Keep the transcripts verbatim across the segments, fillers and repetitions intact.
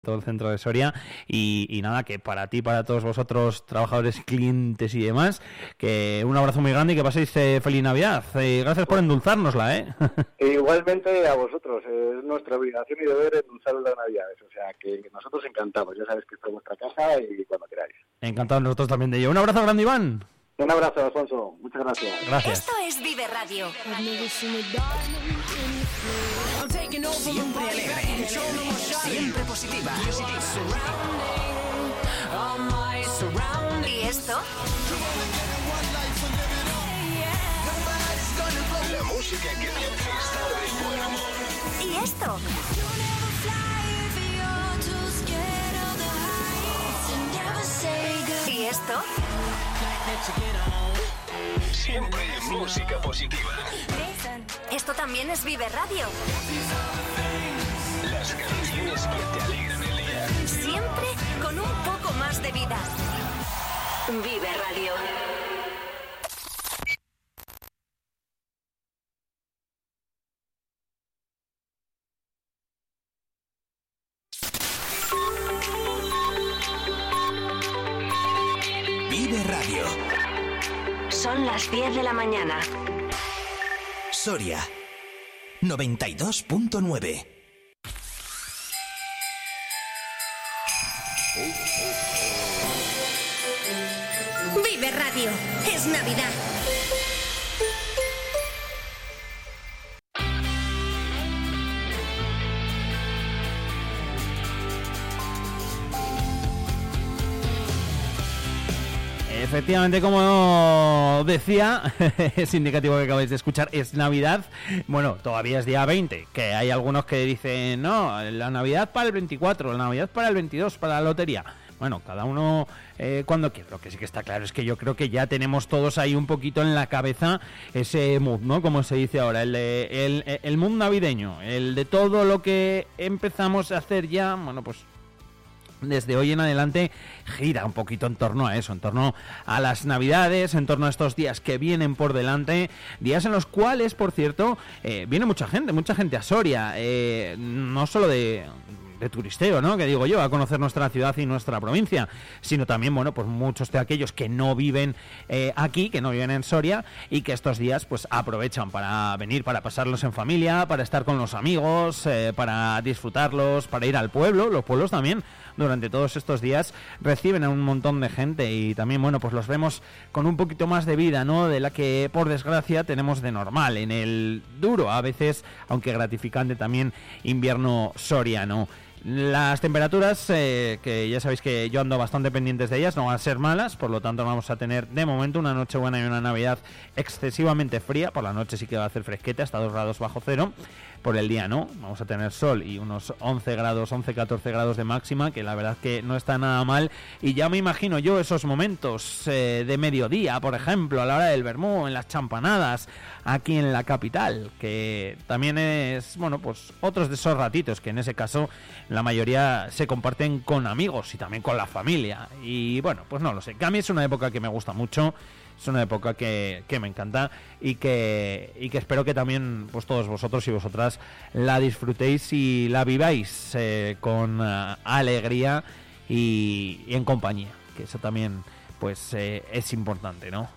todo el centro de Soria y, y nada, que para ti, para todos vosotros, trabajadores, clientes y demás, que un abrazo muy grande y que paséis eh, feliz Navidad. Eh, gracias por endulzárnosla, ¿eh? Igualmente a vosotros, es nuestra obligación y deber endulzar las Navidades, o sea que nosotros encantados, ya sabes que esta es vuestra casa y cuando queráis. Encantados nosotros también de ello. Un abrazo grande, Iván. Un abrazo, Alfonso, muchas gracias. Gracias. Esto es Vive Radio. Siempre alegre, siempre positiva. ¿Y esto? La música que te hace estar de buen humor. ¿Y esto? ¿Y esto? Siempre música positiva. Esto también es Vive Radio. Las canciones que te alegran el día. Siempre con un poco más de vida. Vive Radio. Vive Radio. Son las diez de la mañana. Soria noventa y dos punto nueve. Vive Radio. Es Navidad. Efectivamente, como decía, es indicativo que acabáis de escuchar, es Navidad. Bueno, todavía es día veinte, que hay algunos que dicen, no, la Navidad para el veinticuatro, la Navidad para el veintidós, para la lotería. Bueno, cada uno eh, cuando quiera. Lo que sí que está claro es que yo creo que ya tenemos todos ahí un poquito en la cabeza ese mood, ¿no? Como se dice ahora, el, de, el, el mood navideño, el de todo lo que empezamos a hacer ya, bueno, pues desde hoy en adelante gira un poquito en torno a eso, en torno a las Navidades, en torno a estos días que vienen por delante, días en los cuales, por cierto, eh, viene mucha gente, mucha gente a Soria, eh, no solo de... de turisteo, ¿no? Que digo yo, a conocer nuestra ciudad y nuestra provincia, sino también, bueno, pues muchos de aquellos que no viven eh, aquí, que no viven en Soria y que estos días pues aprovechan para venir, para pasarlos en familia, para estar con los amigos, eh, para disfrutarlos, para ir al pueblo. Los pueblos también durante todos estos días reciben a un montón de gente y también, bueno, pues los vemos con un poquito más de vida, ¿no? De la que, por desgracia, tenemos de normal en el duro, a veces, aunque gratificante también, invierno soriano. Las temperaturas, eh, que ya sabéis que yo ando bastante pendientes de ellas, no van a ser malas, por lo tanto vamos a tener de momento una Nochebuena y una Navidad excesivamente fría. Por la noche sí que va a hacer fresquete, hasta dos grados bajo cero. Por el día no, vamos a tener sol y unos once grados, once, catorce grados de máxima, que la verdad que no está nada mal. Y ya me imagino yo esos momentos eh, de mediodía, por ejemplo, a la hora del vermú, en las champanadas, aquí en la capital, que también es, bueno, pues otros de esos ratitos que en ese caso la mayoría se comparten con amigos y también con la familia. Y bueno, pues no lo sé, que a mí es una época que me gusta mucho. Es una época que, que me encanta y que, y que espero que también pues todos vosotros y vosotras la disfrutéis y la viváis eh, con uh, alegría y, y en compañía, que eso también pues eh, es importante, ¿no?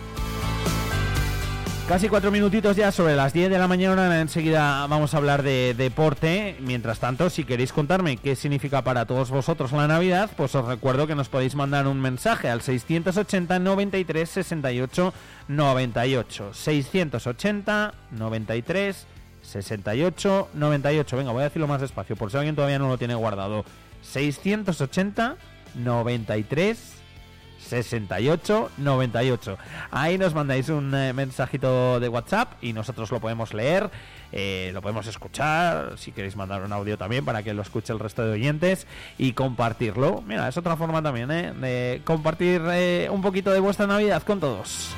Casi cuatro minutitos ya sobre las diez de la mañana, enseguida vamos a hablar de deporte. Mientras tanto, si queréis contarme qué significa para todos vosotros la Navidad, pues os recuerdo que nos podéis mandar un mensaje al seiscientos ochenta, noventa y tres, sesenta y ocho, noventa y ocho. seiscientos ochenta, noventa y tres, sesenta y ocho, noventa y ocho. Venga, voy a decirlo más despacio, por si alguien todavía no lo tiene guardado. seiscientos ochenta, noventa y tres, sesenta y ocho, noventa y ocho. Ahí nos mandáis un eh, mensajito de WhatsApp y nosotros lo podemos leer, eh, lo podemos escuchar, si queréis mandar un audio también para que lo escuche el resto de oyentes y compartirlo. Mira, es otra forma también, ¿eh? de compartir eh, un poquito de vuestra Navidad con todos.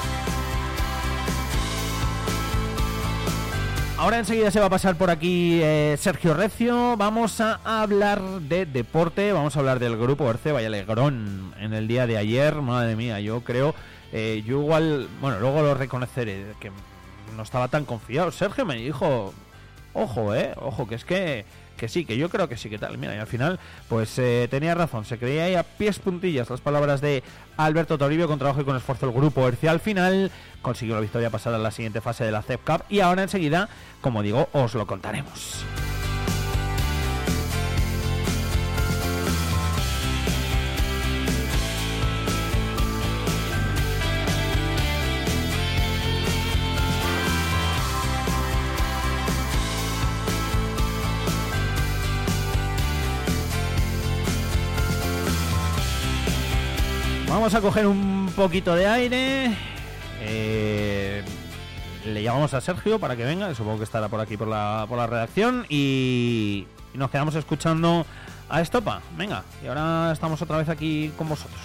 Ahora enseguida se va a pasar por aquí eh, Sergio Recio. Vamos a hablar de deporte, vamos a hablar del grupo Erce Vallegrón en el día de ayer. Madre mía, yo creo, eh, yo igual, bueno, luego lo reconoceré, que no estaba tan confiado. Sergio me dijo, ojo, eh, ojo, que es que que sí, que yo creo que sí, que tal. Mira, y al final, pues eh, tenía razón, se creía ahí a pies puntillas las palabras de Alberto Toribio. Con trabajo y con esfuerzo el grupo Hercia al final consiguió la victoria pasada en la siguiente fase de la C E P Cup, y ahora enseguida, como digo, os lo contaremos. Vamos a coger un poquito de aire. Eh, le llamamos a Sergio para que venga, supongo que estará por aquí por la, por la redacción, y, y nos quedamos escuchando a Estopa. Venga, y ahora estamos otra vez aquí con vosotros.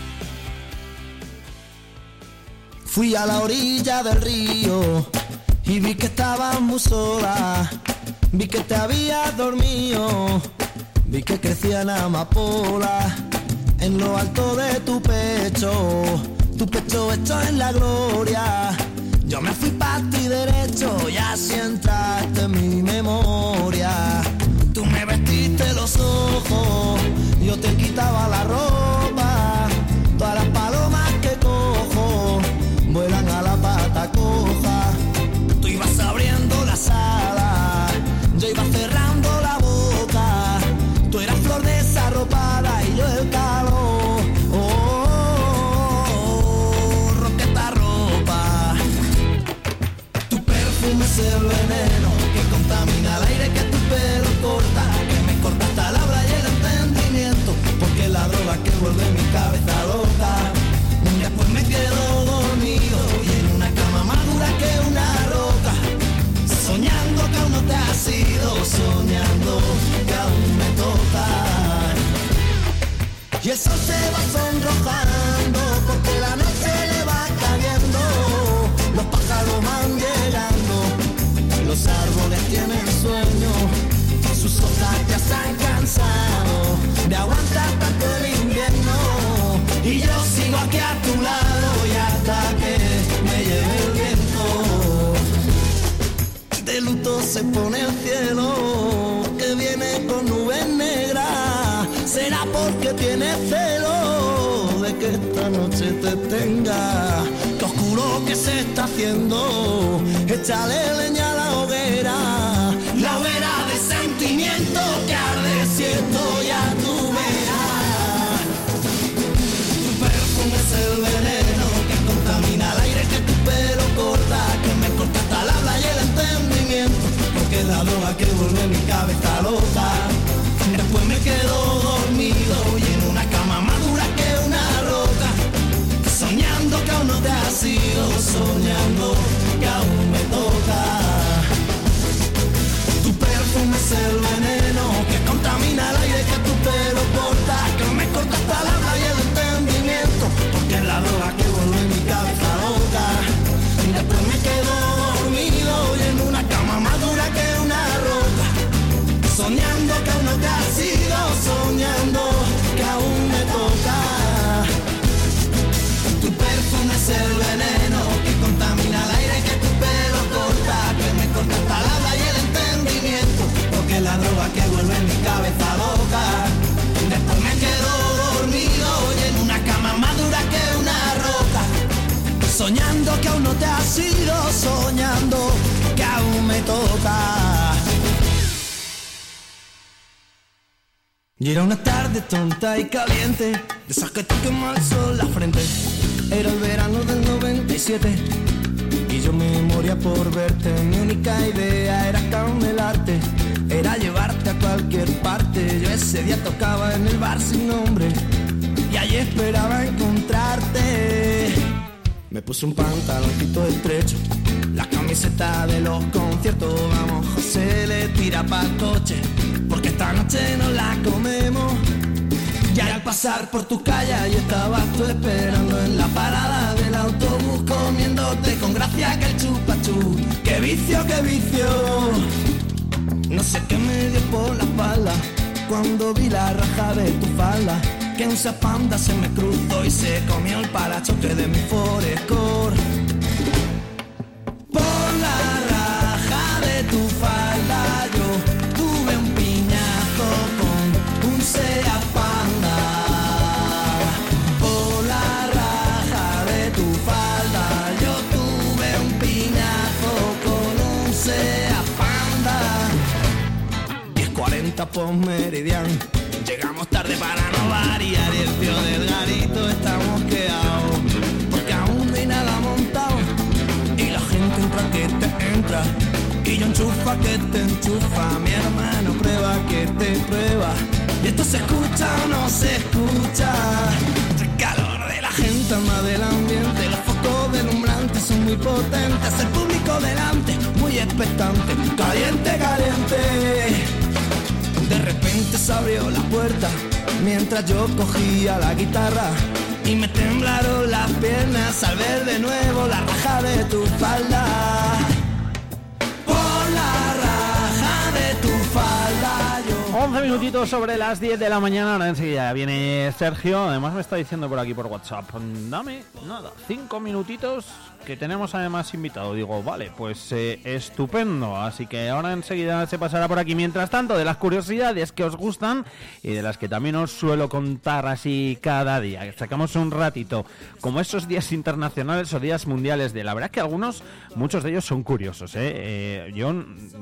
Fui a la orilla del río y vi que estabas muy sola, vi que te habías dormido, vi que crecían amapolas en lo alto de tu pecho, tu pecho hecho en la gloria. Yo me fui pa' ti derecho y así entraste en mi memoria. Tú me vestiste los ojos, yo te quitaba la ropa. Todas las palomas que cojo vuelan a la pata coja. Tú ibas abriendo las alas, yo iba cerrando la boca. Tú eras flor desarropada y yo el calor. Oh, oh, oh, roqueta ropa. Tu perfume es el veneno que contamina el aire que tu pelo corta, que me corta hasta la habla y el entendimiento, porque la droga que vuelve mi cabeza loca. Después me quedo dormido y en una cama más dura que una roca, soñando que aún no te has ido, soñando que aún me toca. Y el sol se va sonrojando porque la noche le va cayendo. Los pájaros van llegando, los árboles tienen sueño, sus hojas ya se han cansado de aguantar tanto el invierno. Y yo sigo aquí a tu lado y hasta que me lleve el viento. De luto se pone el cielo, que viene con nubes negras. Será porque tiene celo de que esta noche te tenga. Qué oscuro que se está haciendo, échale leña a la hoguera. La hoguera de sentimiento que arde siento ya tu verás. Tu perfume es el veneno que contamina el aire que tu pelo corta, que me corta hasta el habla y el entendimiento, porque es la droga que vuelve mi cabeza loca. Después me quedo dormido y en una cama más dura que una roca, soñando que aún no te has ido, soñando que aún me toca. Tu perfume es el veneno que contamina el aire que tu pelo corta, que me corta hasta el habla y el entendimiento, porque es la droga que vuelve mi cabeza loca. Y después me quedo dormido y en una cama más dura que una roca, soñando que aún no te has ido, soñando que aún me toca. Tu perfume es el veneno que contamina el aire que tu pelo corta, que me corta hasta el habla y el entendimiento, porque es la droga que vuelve mi cabeza loca. Después me quedo dormido y en una cama más dura que una roca, soñando que aún no te has ido, soñando que aún me toca. Y era una tarde tonta y caliente, de esas que te quema el sol la frente. Era el verano del noventa y siete y yo me moría por verte. Mi única idea era camelarte, era llevarte a cualquier parte. Yo ese día tocaba en el bar sin nombre y allí esperaba encontrarte. Me puse un pantaloncito estrecho, la camiseta de los conciertos. Vamos, José, le tira pa'l coche, porque esta noche nos la comemos. Y al pasar por tu calle y estabas tú esperando en la parada del autobús, comiéndote con gracia que el chupachú. ¡Qué vicio, qué vicio! No sé qué me dio por la espalda cuando vi la raja de tu falda, que un zapanda se me cruzó y se comió el parachoque de mi Forescore. Por la raja de tu falda yo tuve un piñón vuelta por Meridian. Llegamos tarde para no variar y el tío del garito está mosqueado, porque aún no hay nada montado y la gente entra que te entra y yo enchufa que te enchufa. Mi hermano prueba que te prueba y esto se escucha o no se escucha. El calor de la gente alma del ambiente, los focos deslumbrantes son muy potentes, el público delante muy expectante, caliente, caliente. De repente se abrió la puerta mientras yo cogía la guitarra y me temblaron las piernas al ver de nuevo la raja de tu falda. Por la raja de tu falda yo... once minutitos sobre las diez de la mañana. Ahora enseguida viene Sergio. Además me está diciendo por aquí por WhatsApp, dame, nada, cinco minutitos que tenemos además invitado. Digo, vale, pues eh, estupendo. Así que ahora enseguida se pasará por aquí. Mientras tanto, de las curiosidades que os gustan y de las que también os suelo contar así cada día, sacamos un ratito, como esos días internacionales o días mundiales de... La verdad que algunos, muchos de ellos son curiosos, ¿eh? eh yo...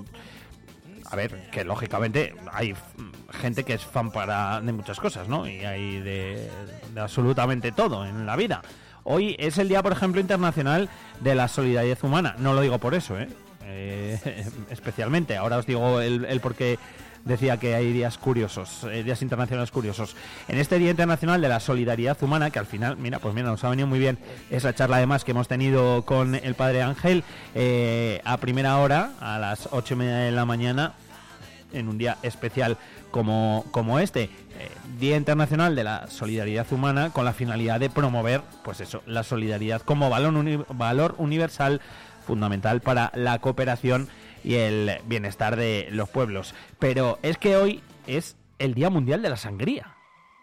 A ver, que lógicamente hay gente que es fan para de muchas cosas, ¿no? Y hay de, de absolutamente todo en la vida. Hoy es el día, por ejemplo, internacional de la solidaridad humana. No lo digo por eso, ¿eh? eh especialmente. Ahora os digo el, el por qué decía que hay días curiosos, eh, días internacionales curiosos. En este Día Internacional de la Solidaridad Humana, que al final, mira, pues mira, nos ha venido muy bien esa charla además que hemos tenido con el Padre Ángel, eh, a primera hora, a las ocho y media de la mañana, en un día especial como, como este, eh, Día Internacional de la Solidaridad Humana, con la finalidad de promover, pues eso, la solidaridad como valor, uni- valor universal fundamental para la cooperación y el bienestar de los pueblos. Pero es que hoy es el Día Mundial de la Sangría.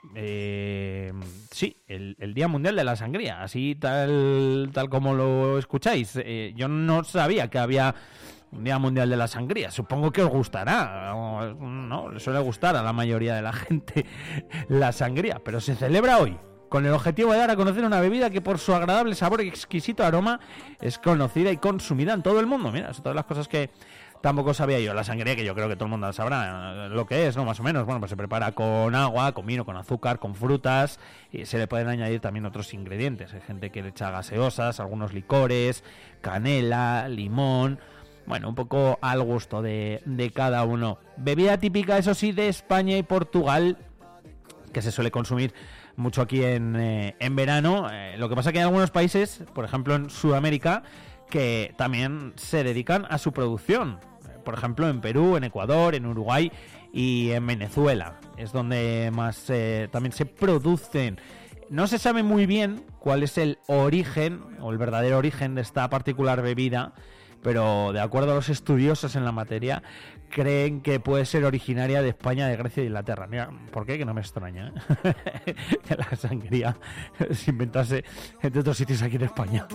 Eh, sí, el, el Día Mundial de la Sangría, así tal, tal como lo escucháis. Eh, yo no sabía que había un Día Mundial de la Sangría. Supongo que os gustará, no, le suele gustar a la mayoría de la gente la sangría, pero se celebra hoy con el objetivo de dar a conocer una bebida que por su agradable sabor y exquisito aroma es conocida y consumida en todo el mundo. Mira, son todas las cosas que tampoco sabía yo. La sangría, que yo creo que todo el mundo sabrá lo que es, ¿no? Más o menos. Bueno, pues se prepara con agua, con vino, con azúcar, con frutas, y se le pueden añadir también otros ingredientes. Hay gente que le echa gaseosas, algunos licores, canela, limón. Bueno, un poco al gusto de, de cada uno. Bebida típica, eso sí, de España y Portugal, que se suele consumir mucho aquí en, eh, en verano. Eh, lo que pasa que hay algunos países, por ejemplo en Sudamérica, que también se dedican a su producción. Por ejemplo en Perú, en Ecuador, en Uruguay y en Venezuela. Es donde más eh, también se producen. No se sabe muy bien cuál es el origen o el verdadero origen de esta particular bebida, pero de acuerdo a los estudiosos en la materia, creen que puede ser originaria de España, de Grecia y de Inglaterra. Mira, ¿por qué? Que no me extraña, ¿eh? Que la sangría se inventase entre otros sitios aquí en España.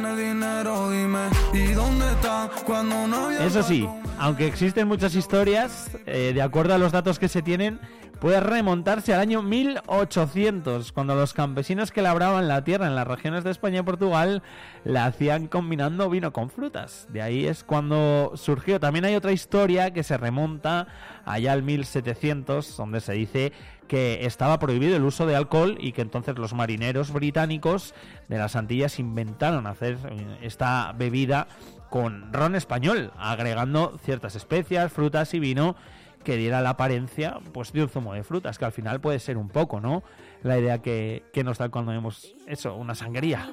Eso sí, aunque existen muchas historias, eh, de acuerdo a los datos que se tienen, puede remontarse al año mil ochocientos, cuando los campesinos que labraban la tierra en las regiones de España y Portugal la hacían combinando vino con frutas. De ahí es cuando surgió. También hay otra historia que se remonta allá al mil setecientos, donde se dice que estaba prohibido el uso de alcohol y que entonces los marineros británicos de las Antillas inventaron hacer esta bebida con ron español, agregando ciertas especias, frutas y vino que diera la apariencia pues de un zumo de frutas, que al final puede ser un poco, ¿no?, la idea que, que nos da cuando vemos eso, una sangría.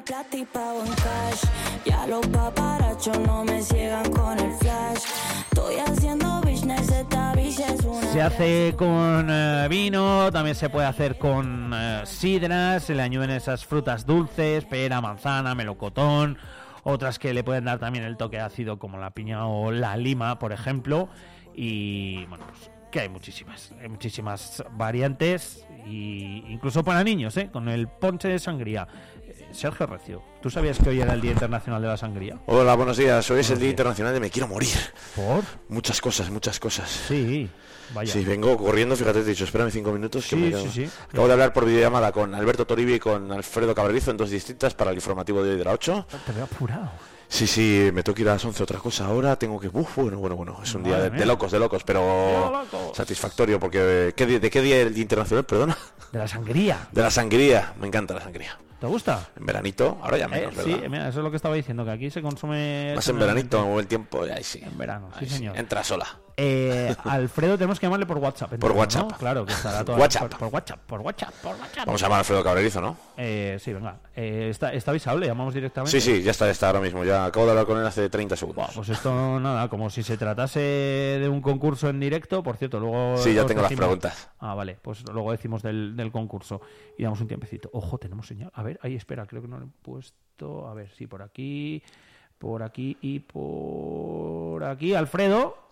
Se hace con eh, vino, también se puede hacer con eh, sidras, se le añaden esas frutas dulces, pera, manzana, melocotón, otras que le pueden dar también el toque ácido como la piña o la lima, por ejemplo. Y bueno, pues que hay muchísimas, hay muchísimas variantes, y incluso para niños, ¿eh? Con el ponche de sangría. Eh, Sergio Recio, ¿tú sabías que hoy era el Día Internacional de la Sangría? Hola, buenos días. Hoy buenos es el Día días. Internacional de Me Quiero Morir. ¿Por? Muchas cosas, muchas cosas. Sí, vaya. Sí, vengo corriendo, fíjate, te he dicho, espérame cinco minutos. Que Sí, me quedo... sí, sí. Acabo de hablar por videollamada con Alberto Toribio y con Alfredo Cabrerizo en dos distintas para el informativo de hoy de la ocho. Te veo apurado. Sí, sí, me tengo que ir a las once, otra cosa ahora, tengo que... Uf, bueno, bueno, bueno, es un día de, de locos, de locos, pero locos. satisfactorio, porque... ¿qué, ¿De qué día es el Día Internacional, perdona? De la sangría. De la sangría, me encanta la sangría. ¿Te gusta? En veranito, ahora ya menos, eh, sí, ¿verdad? mira, eso es lo que estaba diciendo, que aquí se consume... Más en veranito, en el tiempo, ahí sí. En verano, sí, Ahí señor. Entra sola. Eh, Alfredo tenemos que llamarle por WhatsApp. Por WhatsApp. ¿no? Claro, que estará todo WhatsApp. Por, por WhatsApp, por WhatsApp, por WhatsApp. Vamos a llamar a Alfredo Cabrerizo, ¿no? Eh, sí, venga. Eh, está, está avisable, llamamos directamente. Sí, sí, ya está, ya está ahora mismo. Ya acabo de hablar con él hace treinta segundos. Buah, pues esto nada, como si se tratase de un concurso en directo. Por cierto, luego... Sí, ya os tengo las decimos... preguntas. Ah, vale, pues luego decimos del, del concurso y damos un tiempecito. Ojo, tenemos señal. A ver, ahí, espera, creo que no lo he puesto. A ver, sí, por aquí, por aquí y por aquí. Alfredo.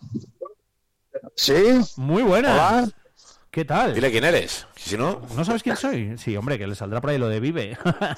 Sí. Muy buena. Hola. ¿Qué tal? Dile quién eres. Si no... ¿No sabes quién soy? Sí, hombre, que le saldrá por ahí lo de Vive.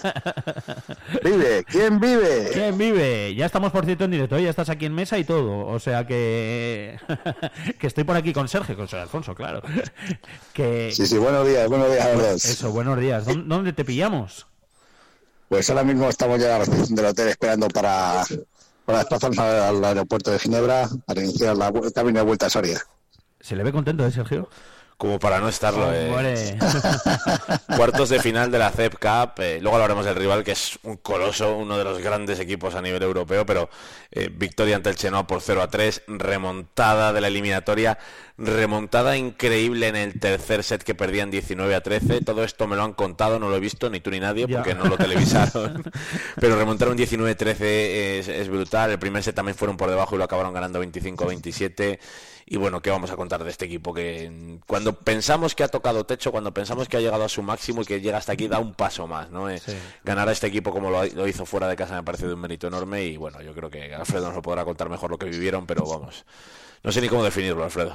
Vive. ¿Quién vive? ¿Quién vive? Ya estamos, por cierto, en directo. Ya estás aquí en mesa y todo. O sea que... que estoy por aquí con Sergio, con Sergio Alfonso, claro. que... Sí, sí, buenos días, buenos días a los dos. Eso, buenos días. ¿Dó- ¿Dónde te pillamos? Pues ahora mismo estamos ya en la recepción del hotel esperando para, para desplazarnos al, al aeropuerto de Ginebra para iniciar la, vu- el camino de vuelta a Soria. ¿Se le ve contento, eh, Sergio? Como para no estarlo, eh. Hombre. Cuartos de final de la C E P Cup, eh, luego hablaremos del rival, que es un coloso, uno de los grandes equipos a nivel europeo, pero eh, victoria ante el Chenoa por cero a tres, remontada de la eliminatoria, remontada increíble en el tercer set que perdían diecinueve a trece, todo esto me lo han contado, no lo he visto ni tú ni nadie, Ya. porque no lo televisaron, pero remontaron diecinueve a trece es, es brutal, el primer set también fueron por debajo y lo acabaron ganando veinticinco a veintisiete. Y bueno, ¿qué vamos a contar de este equipo? Que cuando pensamos que ha tocado techo, cuando pensamos que ha llegado a su máximo y que llega hasta aquí, da un paso más, ¿no? Eh, Sí. Ganar a este equipo como lo, lo hizo fuera de casa me parece de un mérito enorme y bueno, yo creo que Alfredo nos lo podrá contar mejor lo que vivieron, pero vamos, no sé ni cómo definirlo, Alfredo.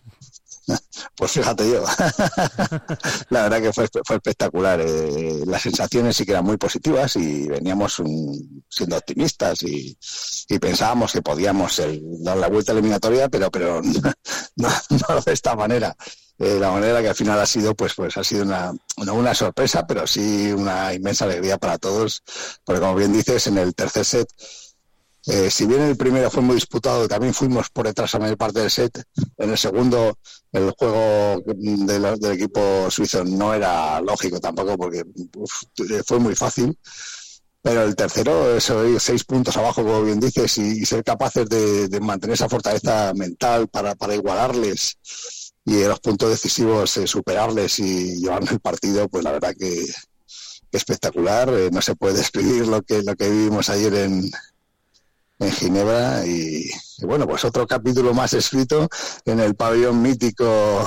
Pues fíjate yo. La verdad que fue, fue espectacular. Eh, las sensaciones sí que eran muy positivas y veníamos un, siendo optimistas y, y pensábamos que podíamos eh, dar la vuelta eliminatoria, pero pero no, no de esta manera. Eh, la manera que al final ha sido, pues, pues ha sido una, no una sorpresa, pero sí una inmensa alegría para todos, porque como bien dices, en el tercer set, Eh, si bien el primero fue muy disputado, también fuimos por detrás a la mayor parte del set. En el segundo, el juego de la, del equipo suizo no era lógico tampoco, porque uf, fue muy fácil. Pero el tercero, eso, seis puntos abajo, como bien dices, y, y ser capaces de, de mantener esa fortaleza mental para, para igualarles y en los puntos decisivos eh, superarles y llevarnos el partido, pues la verdad que, que espectacular. Eh, no se puede describir lo que, lo que vivimos ayer en en Ginebra y, y bueno, pues otro capítulo más escrito en el pabellón mítico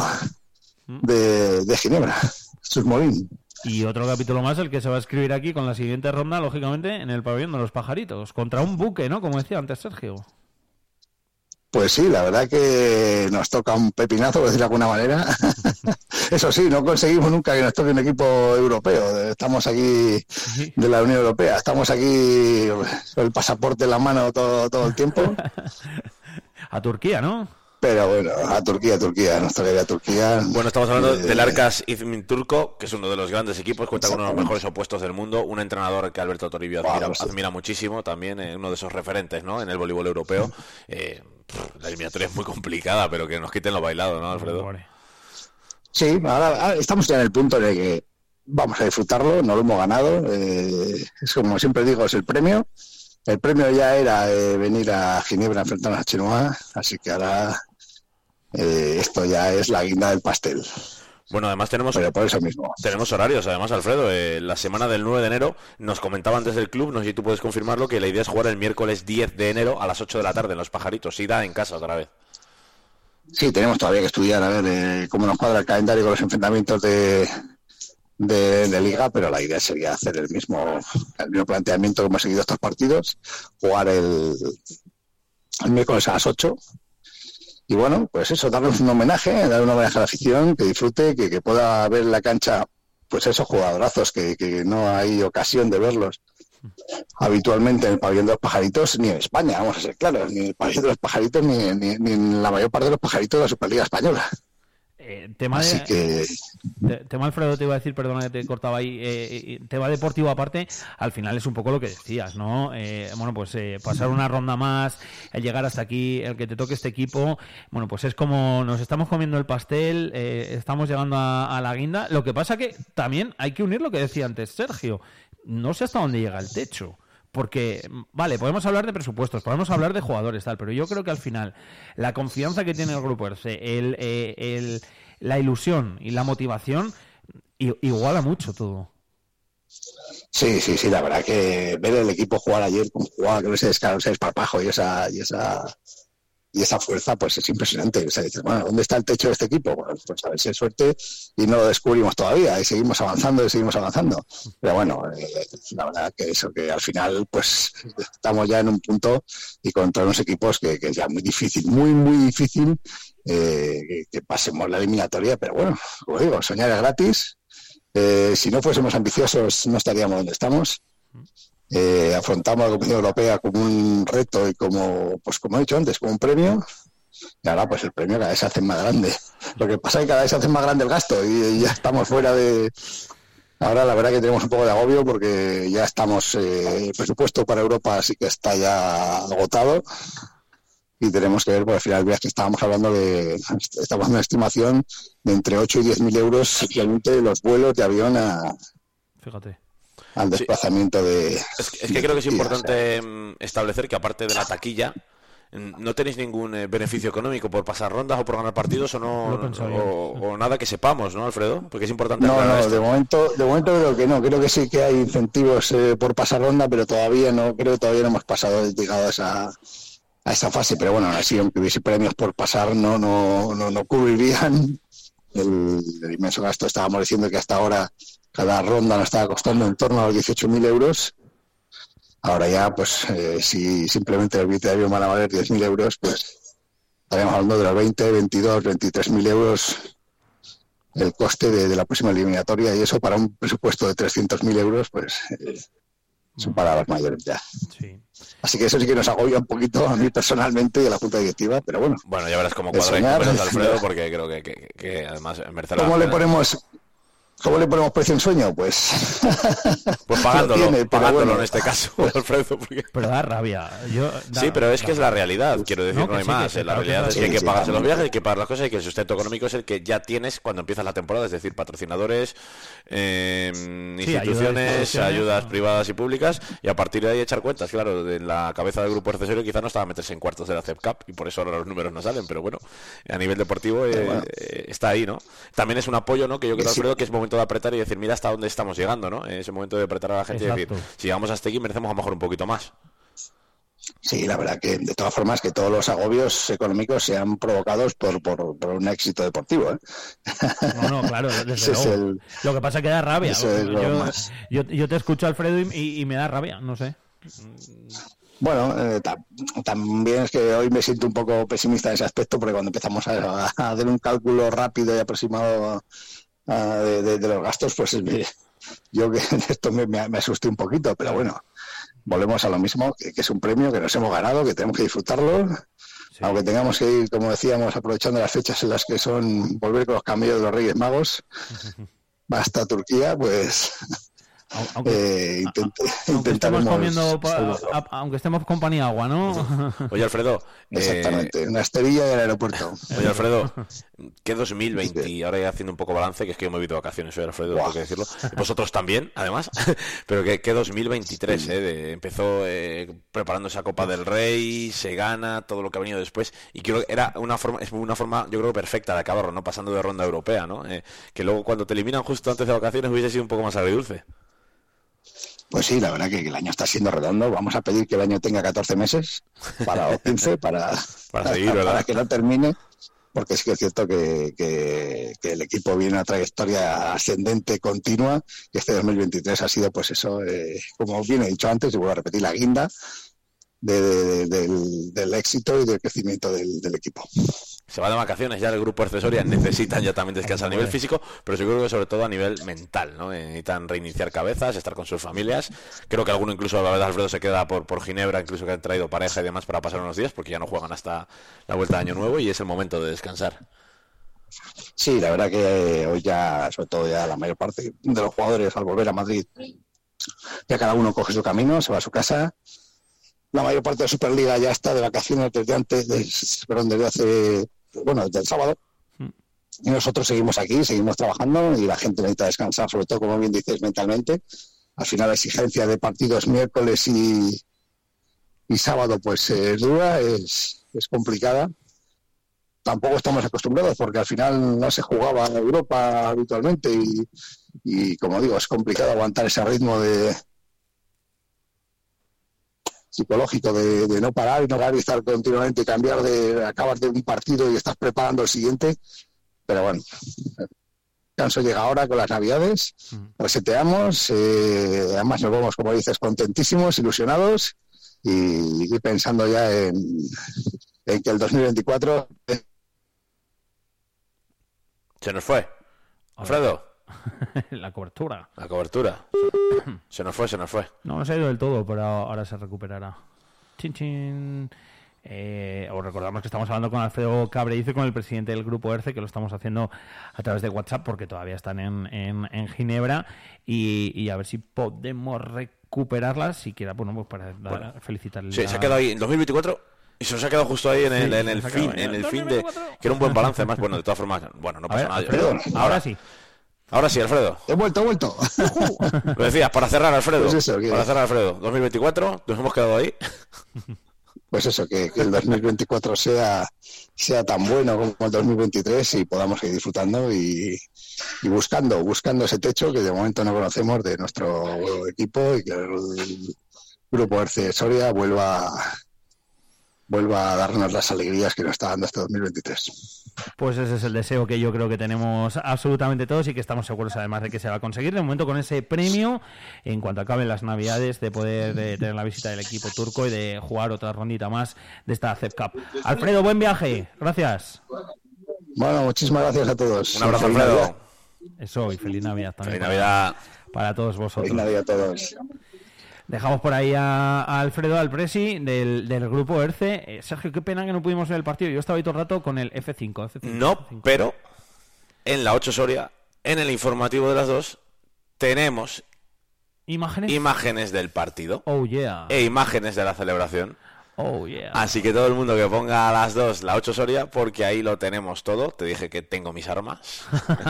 de, de Ginebra, Susmolín. Y otro capítulo más, el que se va a escribir aquí con la siguiente ronda, lógicamente, en el pabellón de los pajaritos, contra un buque, ¿no? Como decía antes Sergio. Pues sí, la verdad que nos toca un pepinazo, por decirlo de alguna manera. Eso sí, no conseguimos nunca que nos toque un equipo europeo. Estamos aquí de la Unión Europea, estamos aquí con el pasaporte en la mano todo, todo el tiempo. A Turquía, ¿no? Pero bueno, a Turquía, Turquía, nos tocaría a Turquía. Bueno, estamos hablando Eh, del Arkas İzmir Turco, que es uno de los grandes equipos, cuenta con uno de los mejores opuestos del mundo, un entrenador que Alberto Toribio admira, Wow, sí. admira muchísimo, también eh, uno de esos referentes, ¿no? En el voleibol europeo. Eh, pff, la eliminatoria es muy complicada, pero que nos quiten lo bailado, ¿no, Alfredo? Vale. Sí, ahora, ahora estamos ya en el punto en el que vamos a disfrutarlo, no lo hemos ganado. Eh, es como siempre digo, es el premio. El premio ya era eh, venir a Ginebra a enfrentarnos a Chenoa, así que ahora eh, esto ya es la guinda del pastel. Bueno, además tenemos Pero por eso mismo. tenemos horarios, además, Alfredo. Eh, la semana del nueve de enero nos comentaban desde el club, no sé si tú puedes confirmarlo, que la idea es jugar el miércoles diez de enero a las ocho de la tarde en Los Pajaritos. Sí, da en casa otra vez. Sí, tenemos todavía que estudiar a ver eh, cómo nos cuadra el calendario con los enfrentamientos de, de, de Liga, pero la idea sería hacer el mismo, el mismo planteamiento que hemos seguido estos partidos, jugar el, el miércoles a las ocho. Y bueno, pues eso, darles un homenaje, dar un homenaje a la afición, que disfrute, que, que pueda ver en la cancha pues esos jugadorazos que, que no hay ocasión de verlos habitualmente en el pabellón de los pajaritos, ni en España, vamos a ser claros, ni en el pabellón de los pajaritos, ni, ni, ni en la mayor parte de los pajaritos de la Superliga Española. Eh, tema Así de, que... te, tema Alfredo, te iba a decir, perdona que te cortaba ahí, eh, tema deportivo aparte, al final es un poco lo que decías, ¿no? Eh, bueno, pues eh, pasar una ronda más, el llegar hasta aquí, el que te toque este equipo, bueno, pues es como nos estamos comiendo el pastel, eh, estamos llegando a, a la guinda. Lo que pasa que también hay que unir lo que decía antes Sergio, no sé hasta dónde llega el techo. Porque, vale, podemos hablar de presupuestos, podemos hablar de jugadores, tal, pero yo creo que al final la confianza que tiene el Grupo Erce, el, eh, el, la ilusión y la motivación i- iguala mucho todo. Sí, sí, sí, la verdad que ver el equipo jugar ayer como jugaba, que ese descaro, ese desparpajo y esa, y esa y esa fuerza, pues es impresionante. O sea, dices, bueno, ¿dónde está el techo de este equipo? Bueno, pues a ver si es suerte y no lo descubrimos todavía y seguimos avanzando y seguimos avanzando. Pero bueno, eh, la verdad que eso, que al final pues estamos ya en un punto y contra unos equipos que, que es ya muy difícil, muy, muy difícil eh, que, que pasemos la eliminatoria. Pero bueno, como digo, soñar es gratis. Eh, si no fuésemos ambiciosos no estaríamos donde estamos. Eh, afrontamos la competición europea como un reto y como, pues como he dicho antes, como un premio, y ahora pues el premio cada vez se hace más grande. Lo que pasa es que cada vez se hace más grande el gasto y, y ya estamos fuera de... Ahora la verdad que tenemos un poco de agobio porque ya estamos, eh, el presupuesto para Europa sí que está ya agotado y tenemos que ver, pues al final veas que estábamos hablando de, estamos en una estimación de entre ocho y diez mil euros simplemente los vuelos de avión a... Fíjate. al desplazamiento sí. de... Es que, es que creo que es importante establecer que aparte de la taquilla, no tenéis ningún eh, beneficio económico por pasar rondas o por ganar partidos o no o, o nada que sepamos, ¿no, Alfredo? Porque es importante. No, no, esto. de momento, de momento creo que no. Creo que sí que hay incentivos eh, por pasar ronda, pero todavía no, creo que todavía no hemos pasado, llegado a esa a esa fase. Pero bueno, así aunque hubiese premios por pasar, no, no, no, no cubrirían el, el inmenso gasto. Estábamos diciendo que hasta ahora cada ronda nos estaba costando en torno a los dieciocho mil euros. Ahora ya, pues, eh, si simplemente el billete de avión van a valer diez mil euros, pues estaríamos hablando de los veinte, veintidós, veintitrés mil euros el coste de, de la próxima eliminatoria, y eso para un presupuesto de trescientos mil euros, pues, eh, son palabras mayores ya. Sí. Así que eso sí que nos agobia un poquito a mí personalmente y a la Junta Directiva, pero bueno. Bueno, ya verás cómo cuadra con Alfredo, porque creo que, que, que además merece la ¿Cómo pena. le ponemos... ¿Cómo le ponemos precio en sueño? Pues pues pagándolo, tiene, pagándolo bueno. en este caso, Alfredo. Porque... Pero da rabia. Yo, da, sí, pero es da, que es la realidad, quiero decir, no, no hay sí, más. sí, La claro, realidad que es sí, que hay que sí, pagarse sí, los sí. viajes, hay que pagar las cosas y que el sustento económico es el que ya tienes cuando empiezas la temporada, es decir, patrocinadores, eh, Sí, instituciones, ayudas, ayudas ¿no? privadas y públicas, y a partir de ahí echar cuentas. Claro, de la cabeza del grupo accesorio quizás no estaba meterse en cuartos de la C E P Cup y por eso ahora los números no salen, pero bueno, a nivel deportivo eh, bueno. eh, está ahí, ¿no? También es un apoyo, ¿no? Que yo creo, Sí. Alfredo, que es momento de apretar y decir, mira hasta dónde estamos llegando, ¿no? Es el momento de apretar a la gente Exacto. y decir, si llegamos hasta aquí merecemos a lo mejor un poquito más. Sí, la verdad que de todas formas que todos los agobios económicos sean provocados por, por, por un éxito deportivo, ¿eh? No, no, claro, desde Ese es luego. el- Lo que pasa es que da rabia. Eso es lo yo, más. yo, yo te escucho, Alfredo, y, y, y me da rabia, no sé. Bueno, eh, ta- también es que hoy me siento un poco pesimista en ese aspecto, porque cuando empezamos a, a hacer un cálculo rápido y aproximado a- de, de- de los gastos, pues me- yo que esto me, me, me asusté un poquito, pero bueno, volvemos a lo mismo, que, que es un premio que nos hemos ganado, que tenemos que disfrutarlo, Sí. aunque tengamos que ir, como decíamos, aprovechando las fechas en las que son volver con los camellos de los Reyes Magos hasta Turquía, pues Aunque, eh, intent- aunque estemos intentaremos comiendo, pa- salvarlo. a- aunque estemos compañía agua, ¿no? Oye, Alfredo, eh, Exactamente, una esterilla del aeropuerto. Oye, Alfredo, ¿qué dos mil veinte? Y ahora ya haciendo un poco balance, que es que yo me he ido de vacaciones, soy Alfredo, tengo que decirlo. Vosotros también, además. Pero que, que dos mil veintitrés, ¿eh? De- empezó eh, preparando esa Copa del Rey, se gana, todo lo que ha venido después. Y creo que era una forma, es una forma, yo creo, perfecta de acabarlo, ¿no? Pasando de ronda europea, ¿no? Eh, que luego cuando te eliminan justo antes de vacaciones hubiese sido un poco más agridulce. Pues sí, la verdad que el año está siendo redondo. Vamos a pedir que el año tenga catorce meses para o quince para, Para seguir, ¿verdad? para que no termine, porque sí que es cierto que, que, que el equipo viene una trayectoria ascendente continua y este dos mil veintitrés ha sido, pues eso, eh, como bien he dicho antes, y vuelvo a repetir, la guinda de, de- de- del, del éxito y del crecimiento del, del equipo. Se va de vacaciones ya el grupo accesoria, necesitan ya también descansar a nivel físico, pero yo creo que sobre todo a nivel mental, ¿no? Eh, Necesitan reiniciar cabezas, estar con sus familias. Creo que alguno incluso, la verdad, Alfredo se queda por, por Ginebra, incluso que han traído pareja y demás para pasar unos días, porque ya no juegan hasta la vuelta de Año Nuevo y es el momento de descansar. Sí, la verdad que hoy ya, sobre todo ya la mayor parte de los jugadores al volver a Madrid, ya cada uno coge su camino, se va a su casa. La mayor parte de la Superliga ya está de vacaciones desde antes, de, perdón, desde hace, bueno, desde el sábado. Y nosotros seguimos aquí, seguimos trabajando y la gente necesita descansar, sobre todo, como bien dices, mentalmente. Al final la exigencia de partidos miércoles y, y sábado pues es dura, es, es complicada. Tampoco estamos acostumbrados porque al final no se jugaba en Europa habitualmente y, y como digo, es complicado aguantar ese ritmo de psicológico de, de no parar y no parar y estar continuamente y cambiar de acabar de un partido y estás preparando el siguiente. Pero bueno, el descanso llega ahora con las Navidades, reseteamos, eh, además nos vamos, como dices, contentísimos, ilusionados y, y pensando ya en, en que el dos mil veinticuatro... Se nos fue. Alfredo. La cobertura. La cobertura. Se nos fue, se nos fue. No, no se ha ido del todo, pero ahora se recuperará. Chin, chin. Eh, os recordamos que estamos hablando con Alfredo Cabrerizo y con el presidente del Grupo ERCE, que lo estamos haciendo a través de WhatsApp porque todavía están en, en, en Ginebra y, y a ver si podemos recuperarlas siquiera, bueno, pues para bueno, felicitarle. Sí, a... se ha quedado ahí en dos mil veinticuatro y se nos ha quedado justo ahí en el, sí, en el fin, en el fin de... que era un buen balance, además, bueno, de todas formas, bueno, no pasa ver, nada. Alfredo, ahora, ahora sí. Ahora sí, Alfredo. He vuelto, he vuelto. Lo decías, para cerrar, Alfredo. Pues eso, que... Para cerrar, Alfredo. dos mil veinticuatro, nos hemos quedado ahí. Pues eso, que, que el dos mil veinticuatro sea, sea tan bueno como el dos mil veintitrés y podamos seguir disfrutando y, y buscando, buscando ese techo que de momento no conocemos de nuestro equipo y que el Grupo ERCE Soria vuelva, vuelva a darnos las alegrías que nos está dando este dos mil veintitrés. Pues ese es el deseo que yo creo que tenemos absolutamente todos y que estamos seguros además de que se va a conseguir de momento con ese premio en cuanto acaben las Navidades, de poder de tener la visita del equipo turco y de jugar otra rondita más de esta C E F Cup. Alfredo, buen viaje, gracias. Bueno, muchísimas gracias a todos. Un abrazo, Alfredo. Eso, y feliz Navidad también. Feliz Navidad para, para todos vosotros. Feliz Navidad a todos. Dejamos por ahí a, a Alfredo, al presi del, del Grupo ERCE. Eh, Sergio, qué pena que no pudimos ver el partido. Yo estaba ahí todo el rato con el F cinco. F cinco no, F cinco. Pero en la ocho Soria, en el informativo de las dos, tenemos imágenes, imágenes del partido. Oh, yeah. E imágenes de la celebración. Oh, yeah. Así que todo el mundo que ponga a las dos la ocho Soria, porque ahí lo tenemos todo. Te dije que tengo mis armas.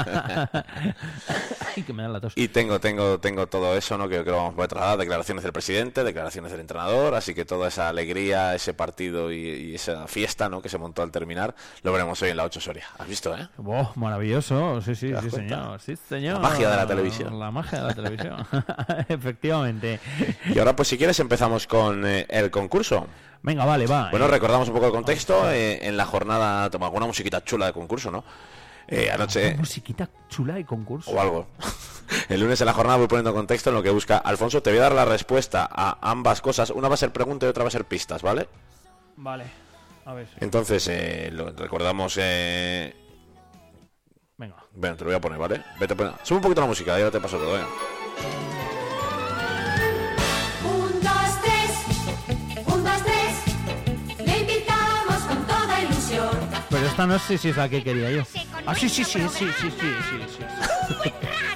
Ay, que me da la tos. Y tengo, tengo, tengo todo eso, ¿no? Que, que lo vamos a poder trasladar, declaraciones del presidente, declaraciones del entrenador, así que toda esa alegría, ese partido y, y esa fiesta, ¿no? Que se montó al terminar, lo veremos hoy en la ocho Soria. ¿Has visto, eh? Oh, maravilloso, sí, sí, sí, cuenta? señor. Sí, señor. La magia de la televisión. La magia de la televisión. Efectivamente. Y ahora, pues si quieres, empezamos con eh, el concurso. Venga, vale, va. Bueno, eh. recordamos un poco el contexto. Eh, en la jornada, toma alguna musiquita chula de concurso, ¿no? Eh, anoche... Una musiquita chula de concurso. O algo. El lunes en la jornada voy poniendo contexto en lo que busca Alfonso. Te voy a dar la respuesta a ambas cosas. Una va a ser pregunta y otra va a ser pistas, ¿vale? Vale. A ver. Entonces, eh, lo recordamos... Eh... Venga. Bueno, te lo voy a poner, ¿vale? Vete, pon... Sube un poquito la música, ya te paso todo, venga. Pero esta no sé si es la que quería yo. Ah, sí, sí, sí, sí, sí, sí, sí, sí.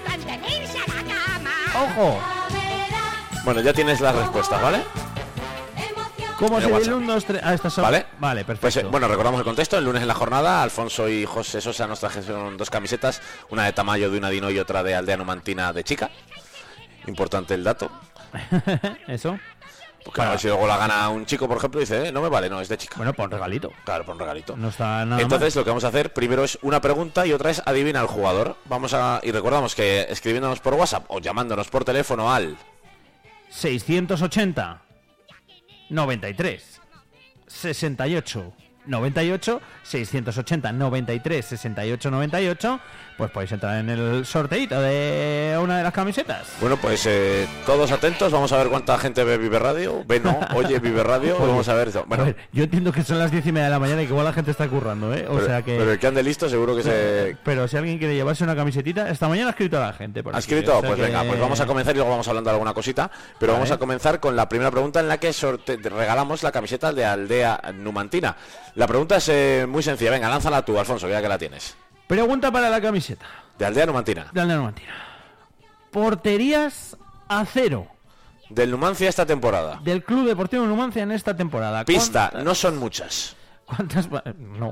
¡Ojo! Bueno, ya tienes las respuestas, ¿vale? ¿Cómo En se ve el WhatsApp. uno, dos, tres? Ah, estas son... ¿Vale? Vale, perfecto. Pues, eh, bueno, recordamos el contexto. El lunes en la jornada, Alfonso y José Sosa nos trajeron dos camisetas, una de Tamayo de una Dino y otra de Aldea Numantina de Chica. Importante el dato. Eso. Porque a ver si luego la gana un chico, por ejemplo, y dice, eh, no me vale, no, es de Chica. Bueno, pon regalito. Claro, pon regalito. No está nada Entonces, mal. lo que vamos a hacer primero es una pregunta y otra es adivina al jugador. Vamos a... Y recordamos que escribiéndonos por WhatsApp o llamándonos por teléfono al... seiscientos ochenta noventa y tres sesenta y ocho noventa y ocho, seiscientos ochenta noventa y tres sesenta y ocho noventa y ocho, pues podéis entrar en el sorteito de una de las camisetas. Bueno, pues eh, todos atentos, vamos a ver cuánta gente ve Vive Radio, ve no, oye Vive Radio, Oye, vamos a ver eso. Bueno, a ver, yo entiendo que son las diez y media de la mañana y que igual la gente está currando, ¿eh? O pero, sea que... pero el que ande listo seguro que se... Pero si alguien quiere llevarse una camisetita, esta mañana ha escrito a la gente. Por ¿Ha aquí, escrito? o sea Pues que... venga, pues vamos a comenzar y luego vamos hablando de alguna cosita. Pero Vale. vamos a comenzar con la primera pregunta en la que sorte regalamos la camiseta de Aldea Numantina. La pregunta es eh, muy sencilla. Venga, lánzala tú, Alfonso, ya que la tienes. Pregunta para la camiseta. De Aldea Numantina. De Aldea Numantina. Porterías a cero. Del Numancia esta temporada. Del Club Deportivo Numancia en esta temporada. Pista, ¿Cuántas? no son muchas. ¿Cuántas? No.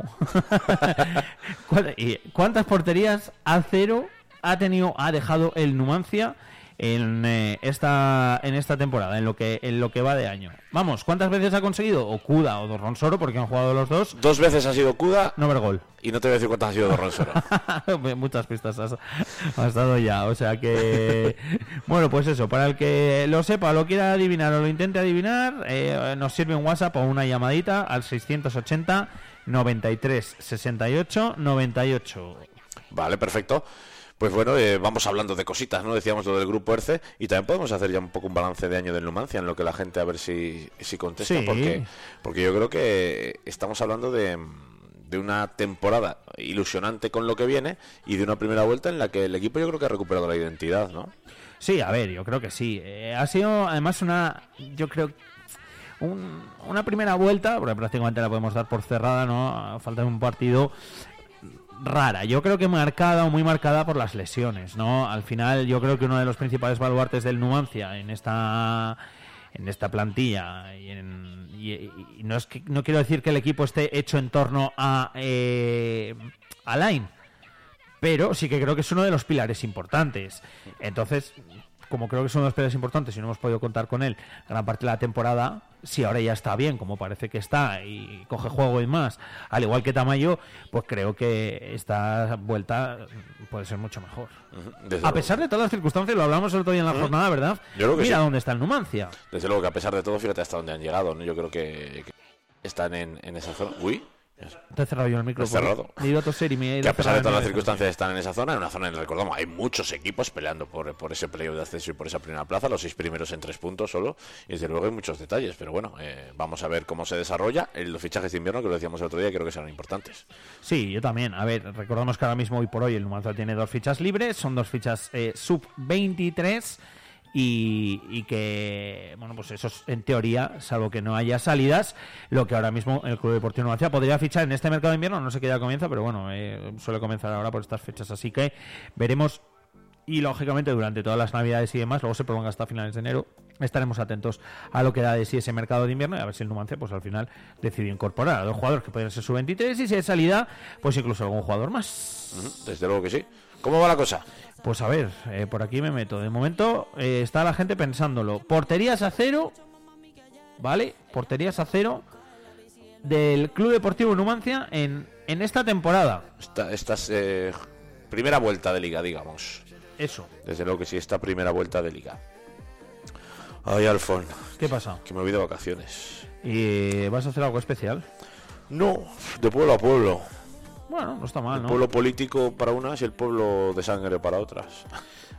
¿Cuántas porterías a cero ha tenido, ha dejado el Numancia en eh, esta en esta temporada, en lo que en lo que va de año? Vamos, ¿cuántas veces ha conseguido? O Cuda o Dorronsoro, porque han jugado los dos. Dos veces ha sido Cuda. No ver gol. Y no te voy a decir cuántas ha sido Dorronsoro. Muchas pistas has, has dado ya, o sea que... Bueno, pues eso, para el que lo sepa, lo quiera adivinar o lo intente adivinar, eh, nos sirve un WhatsApp o una llamadita al seiscientos ochenta, noventa y tres, sesenta y ocho, noventa y ocho. Vale, perfecto. Pues bueno, eh, vamos hablando de cositas, ¿no? Decíamos lo del Grupo ERCE y también podemos hacer ya un poco un balance de año del Numancia, en lo que la gente a ver si, si contesta, Sí. porque, porque yo creo que estamos hablando de... de una temporada ilusionante con lo que viene y de una primera vuelta en la que el equipo yo creo que ha recuperado la identidad, ¿no? Sí, a ver, yo creo que sí. Eh, ha sido además una, yo creo, un, una primera vuelta, porque prácticamente la podemos dar por cerrada, ¿no? A falta de un partido rara. Yo creo que marcada o muy marcada por las lesiones, ¿no? Al final yo creo que uno de los principales baluartes del Numancia en esta... en esta plantilla y, en, y, y no es que no quiero decir que el equipo esté hecho en torno a eh, a Line, pero sí que creo que es uno de los pilares importantes. Entonces, como creo que es uno de los pilares importantes y no hemos podido contar con él gran parte de la temporada, si ahora ya está bien, como parece que está, y coge juego y más, al igual que Tamayo, pues creo que esta vuelta puede ser mucho mejor. Desde A pesar de todas las circunstancias, lo hablamos el otro día en la ¿Mm? jornada, ¿verdad? Yo creo que Mira sí. dónde está el Numancia. Desde luego que a pesar de todo, fíjate hasta dónde han llegado, ¿no? Yo creo que, que están en, en esa zona. Uy, Te he cerrado yo el micro. Te he cerrado. Me he ido a toser y me he ido que a pesar de cerrar todas las el micro. circunstancias están en esa zona, en una zona en la que recordamos hay muchos equipos peleando por, por ese playoff de acceso y por esa primera plaza, los seis primeros en tres puntos solo, y desde luego hay muchos detalles, pero bueno, eh, vamos a ver cómo se desarrolla. El, los fichajes de invierno, que lo decíamos el otro día, creo que serán importantes. Sí, yo también. A ver, recordamos que ahora mismo, hoy por hoy, el Numancia tiene dos fichas libres, son dos fichas eh, sub veintitrés. Y, y que, bueno, pues eso es, en teoría, salvo que no haya salidas, lo que ahora mismo el Club Deportivo Numancia podría fichar en este mercado de invierno, no sé qué ya comienza, pero bueno, eh, suele comenzar ahora por estas fechas, así que veremos. Y lógicamente durante todas las navidades y demás, luego se prolonga hasta finales de enero, estaremos atentos a lo que da de sí ese mercado de invierno y a ver si el Numancia pues al final decide incorporar a dos jugadores que pueden ser sub veintitrés y si hay salida, pues incluso algún jugador más. Uh-huh, desde luego que sí. ¿Cómo va la cosa? Pues a ver, eh, por aquí me meto. De momento eh, está la gente pensándolo. Porterías a cero, ¿vale? Porterías a cero del Club Deportivo Numancia en, en esta temporada. Esta, esta es eh, primera vuelta de liga, digamos. Eso. Desde luego que sí, esta primera vuelta de liga. Ay, Alfon. ¿Qué pasa? Que me voy de vacaciones. ¿Y vas a hacer algo especial? No, de pueblo a pueblo. Bueno, no está mal, El ¿no? pueblo político para unas y el pueblo de sangre para otras.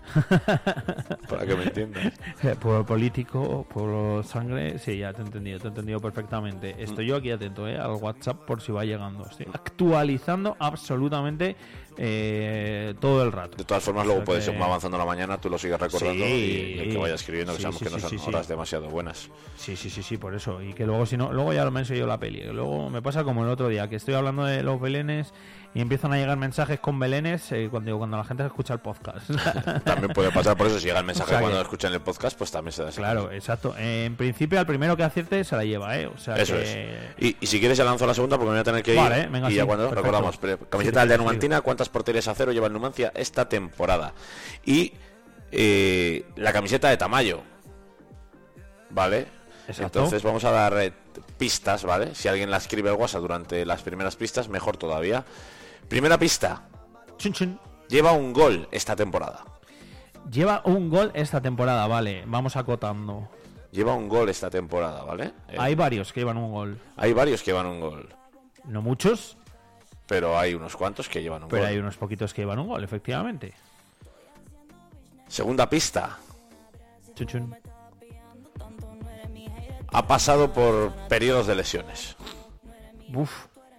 Para que me entiendas. Pueblo político, pueblo sangre, sí, ya te he entendido, te he entendido perfectamente. Estoy yo aquí atento, ¿eh? Al WhatsApp por si va llegando. Estoy actualizando absolutamente eh, todo el rato. De todas formas, O luego sea puede que- ser como avanzando la mañana, tú lo sigues recordando Sí, y el que vaya escribiendo, que sí, sabemos sí, que no sí, son sí, sí. horas demasiado buenas. Sí, sí, sí, sí, por eso. Y que luego, si no, luego ya me enseño la peli. Que luego me pasa como el otro día, que estoy hablando de los belenes y empiezan a llegar mensajes con belenes eh, cuando, cuando la gente escucha el podcast. También puede pasar, por eso si llega el mensaje O sea que- cuando escuchan el podcast, pues también se da ese Claro, caso. exacto. Eh, en principio, al primero que acierte se la lleva, ¿eh? O sea Eso que... es. Y, y si quieres ya lanzo la segunda porque me voy a tener que ir. Vale, venga, y sí, ya cuando perfecto. recordamos, pre- camiseta Sí, del Aldea sí. Numantina, ¿cuántas porterías a cero lleva el Numancia esta temporada? Y eh, la camiseta de Tamayo. ¿Vale? Exacto. Entonces vamos a dar eh, pistas, ¿vale? Si alguien la escribe al WhatsApp durante las primeras pistas, mejor todavía. Primera pista. Chun, chun. Lleva un gol esta temporada. Lleva un gol esta temporada, vale. Vamos acotando. Lleva un gol esta temporada, ¿vale? Eh, Hay varios que llevan un gol. hay varios que llevan un gol. No muchos, Pero hay unos cuantos que llevan un pero gol. hay unos poquitos que llevan un gol, efectivamente. Segunda pista. Chun, chun. Ha pasado por periodos de lesiones. Uf.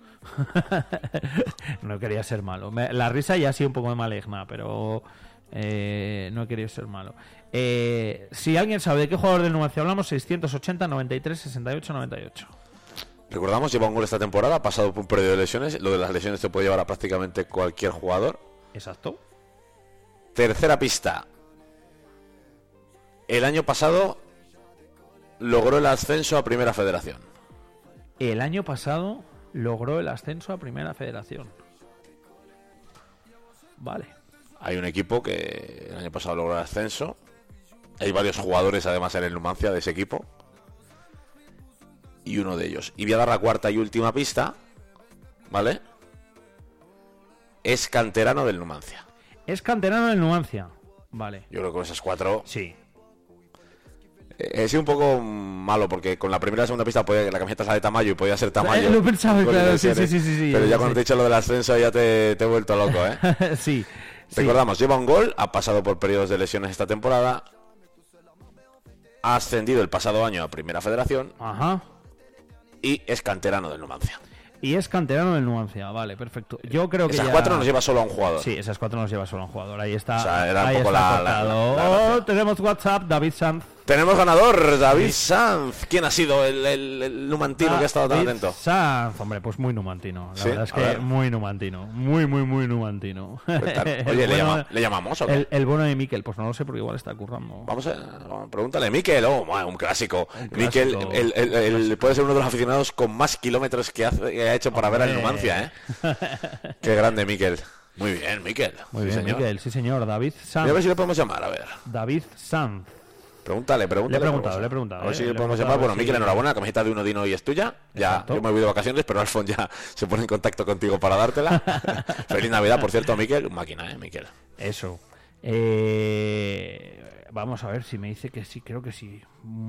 No quería ser malo. Me- la risa ya ha sido un poco de maligna, pero eh, no he querido ser malo. Eh, si alguien sabe de qué jugador del Numancia hablamos, seiscientos ochenta, noventa y tres, sesenta y ocho, noventa y ocho. Recordamos, lleva un gol esta temporada, ha pasado por un periodo de lesiones. Lo de las lesiones te puede llevar a prácticamente cualquier jugador. Exacto. Tercera pista. El año pasado logró el ascenso a Primera Federación. El año pasado logró el ascenso a Primera Federación. Vale. Hay un equipo que el año pasado logró el ascenso. Hay varios jugadores además en el Numancia de ese equipo. Y uno de ellos. Y voy a dar la cuarta y última pista. ¿Vale? Es canterano del Numancia. Es canterano del Numancia. Vale. Yo creo que con esas cuatro... Sí. He sido un poco malo porque con la primera y la segunda pista podía, la camiseta sale de Tamayo y podía ser Tamayo. Eh, lo pensaba, claro, sí, sí, sí, sí. Pero ya sí. cuando te he dicho lo del ascenso ya te, te he vuelto loco, ¿eh? Sí. Recordamos, sí. lleva un gol, ha pasado por periodos de lesiones esta temporada, ha ascendido el pasado año a Primera Federación. Ajá. Y es canterano del Numancia. Y es canterano del Numancia, vale, perfecto. Yo creo que esas ya... cuatro nos lleva solo a un jugador. Sí, esas cuatro nos lleva solo a un jugador. Ahí está. O sea, era un ahí poco está la, la, la, la oh, tenemos WhatsApp, David Sanz. Tenemos ganador, David Sanz. ¿Quién ha sido el, el, el numantino ah, que ha estado tan David atento? Sanz, hombre, pues muy numantino. La ¿Sí? verdad es A que ver. muy numantino. Muy, muy, muy numantino. Oye, ¿le, bueno, llama, ¿le llamamos o qué? El, el bono de Miquel, pues no lo sé porque igual está currando. Vamos a, vamos, pregúntale, Miquel. Oh, un clásico. Un clásico, Miquel el, el, el, clásico. puede ser uno de los aficionados con más kilómetros que, hace, que ha hecho para Hombre. ver al Numancia, ¿eh? Qué grande, Miquel. Muy bien, Miquel. Muy Sí, bien, señor. Miquel, sí señor. David Voy Sanz. a ver si le podemos llamar, a ver. David Sanz. Pregúntale, pregúntale. Le he preguntado, por le he preguntado, A ver eh, si le le he podemos preguntado llamar. Bueno, a ver Miquel, si- enhorabuena, la camiseta de uno Dino y es tuya. Ya, Exacto. yo me voy de vacaciones, pero Alfon ya se pone en contacto contigo para dártela. Feliz Navidad, por cierto, Miquel. Un máquina, ¿eh, Miquel? Eso. Eh, vamos a ver si me dice que sí, creo que sí.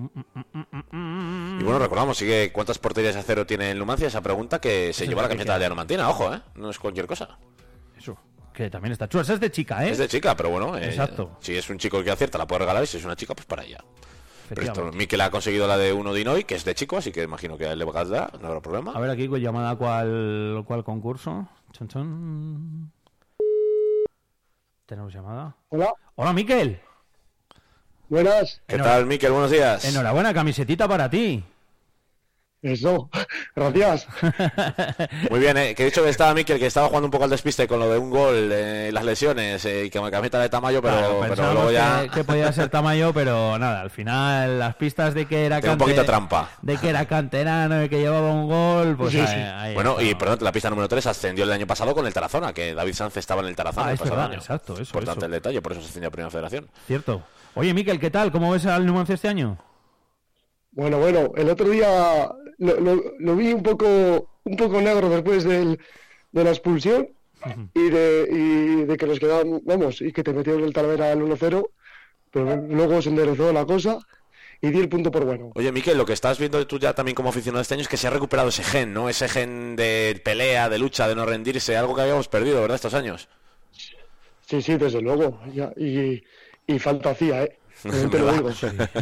Y bueno, recordamos, sigue cuántas porterías a cero tiene el Numancia. Esa pregunta que se Eso llevó es la lo que camiseta de queda. la Numantina. Ojo, ¿eh? No es cualquier cosa. Eso. Que también está chula. Esa es de chica, ¿eh? Es de chica, pero bueno, eh, Exacto. si es un chico que acierta, la puede regalar, y si es una chica, pues para ella. Pero esto, Efectivamente. Miquel ha conseguido la de uno Dinoy, que es de chico, así que imagino que a él le va a dar, no habrá problema. A ver aquí, pues, llamada cuál, cuál concurso. Chon, chon. ¿Tenemos llamada? Hola, Hola, Miquel. buenas. ¿Qué enhora- tal, Miquel? Buenos días. Enhorabuena, camisetita para ti. Eso, gracias. Muy bien, eh, que he dicho que estaba Miquel, que estaba jugando un poco al despiste con lo de un gol, eh, las lesiones, eh, y que me camiseta de Tamayo, pero, Claro, pero pensábamos luego ya que, que podía ser Tamayo, pero nada, al final las pistas de que era tiene un poquito cante- trampa. de que era canterano, de que llevaba un gol, pues Sí, ahí, sí. ahí Bueno, y estaba. perdón, la pista número tres ascendió el año pasado con el Tarazona, que David Sanz estaba en el Tarazona Ah, el es pasado verdad, año. exacto, eso, Importante eso. el detalle, por eso se ascendió a Primera Federación. Cierto. Oye, Miquel, ¿qué tal? ¿Cómo ves al Numancia este año? Bueno, bueno, el otro día lo, lo- lo vi un poco, un poco negro después del, de la expulsión y de, y de que nos quedaban, vamos, y que te metieron el Talavera al uno cero, pero luego se enderezó la cosa y di el punto por bueno. Oye, Miquel, lo que estás viendo tú ya también como aficionado este año es que se ha recuperado ese gen, ¿no? Ese gen de pelea, de lucha, de no rendirse, algo que habíamos perdido, ¿verdad? Estos años. Sí, sí, desde luego. Ya, y, y falta hacía, ¿eh? También te lo digo.